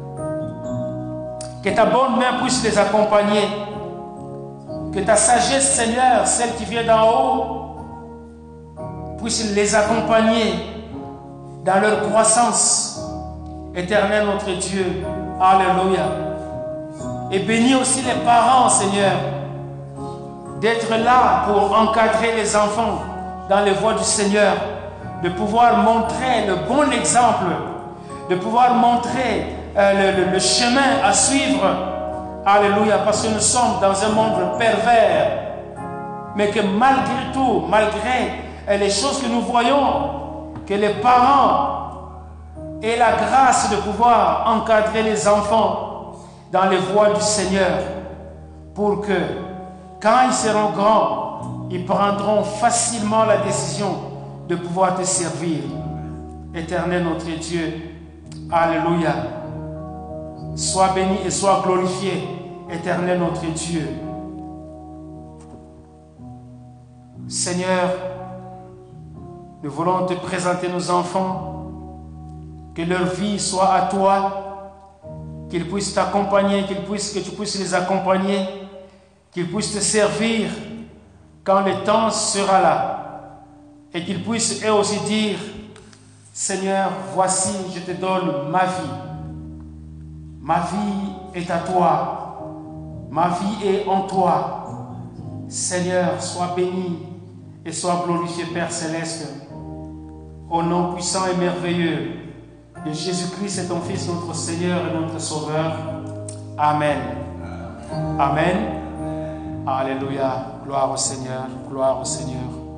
Que ta bonne main puisse les accompagner. Que ta sagesse, Seigneur, celle qui vient d'en haut, puisse les accompagner dans leur croissance. Éternel notre Dieu, alléluia. Et bénis aussi les parents, Seigneur, d'être là pour encadrer les enfants dans les voies du Seigneur, de pouvoir montrer le bon exemple, de pouvoir montrer euh, le, le, le chemin à suivre. Alléluia, parce que nous sommes dans un monde pervers, mais que malgré tout, malgré euh, les choses que nous voyons, que les parents aient la grâce de pouvoir encadrer les enfants dans les voies du Seigneur, pour que quand ils seront grands, ils prendront facilement la décision de pouvoir te servir. Éternel notre Dieu, alléluia. Sois béni et sois glorifié, éternel notre Dieu. Seigneur, nous voulons te présenter nos enfants, que leur vie soit à toi, qu'ils puissent t'accompagner, qu'ils puissent, que tu puisses les accompagner, qu'ils puissent te servir quand le temps sera là. Et qu'ils puissent eux aussi dire, Seigneur, voici, je te donne ma vie. Ma vie est à toi. Ma vie est en toi. Seigneur, sois béni et sois glorifié, Père Céleste. Au nom puissant et merveilleux de Jésus-Christ, ton Fils, notre Seigneur et notre Sauveur. Amen. Amen. Alléluia. Gloire au Seigneur. Gloire au Seigneur.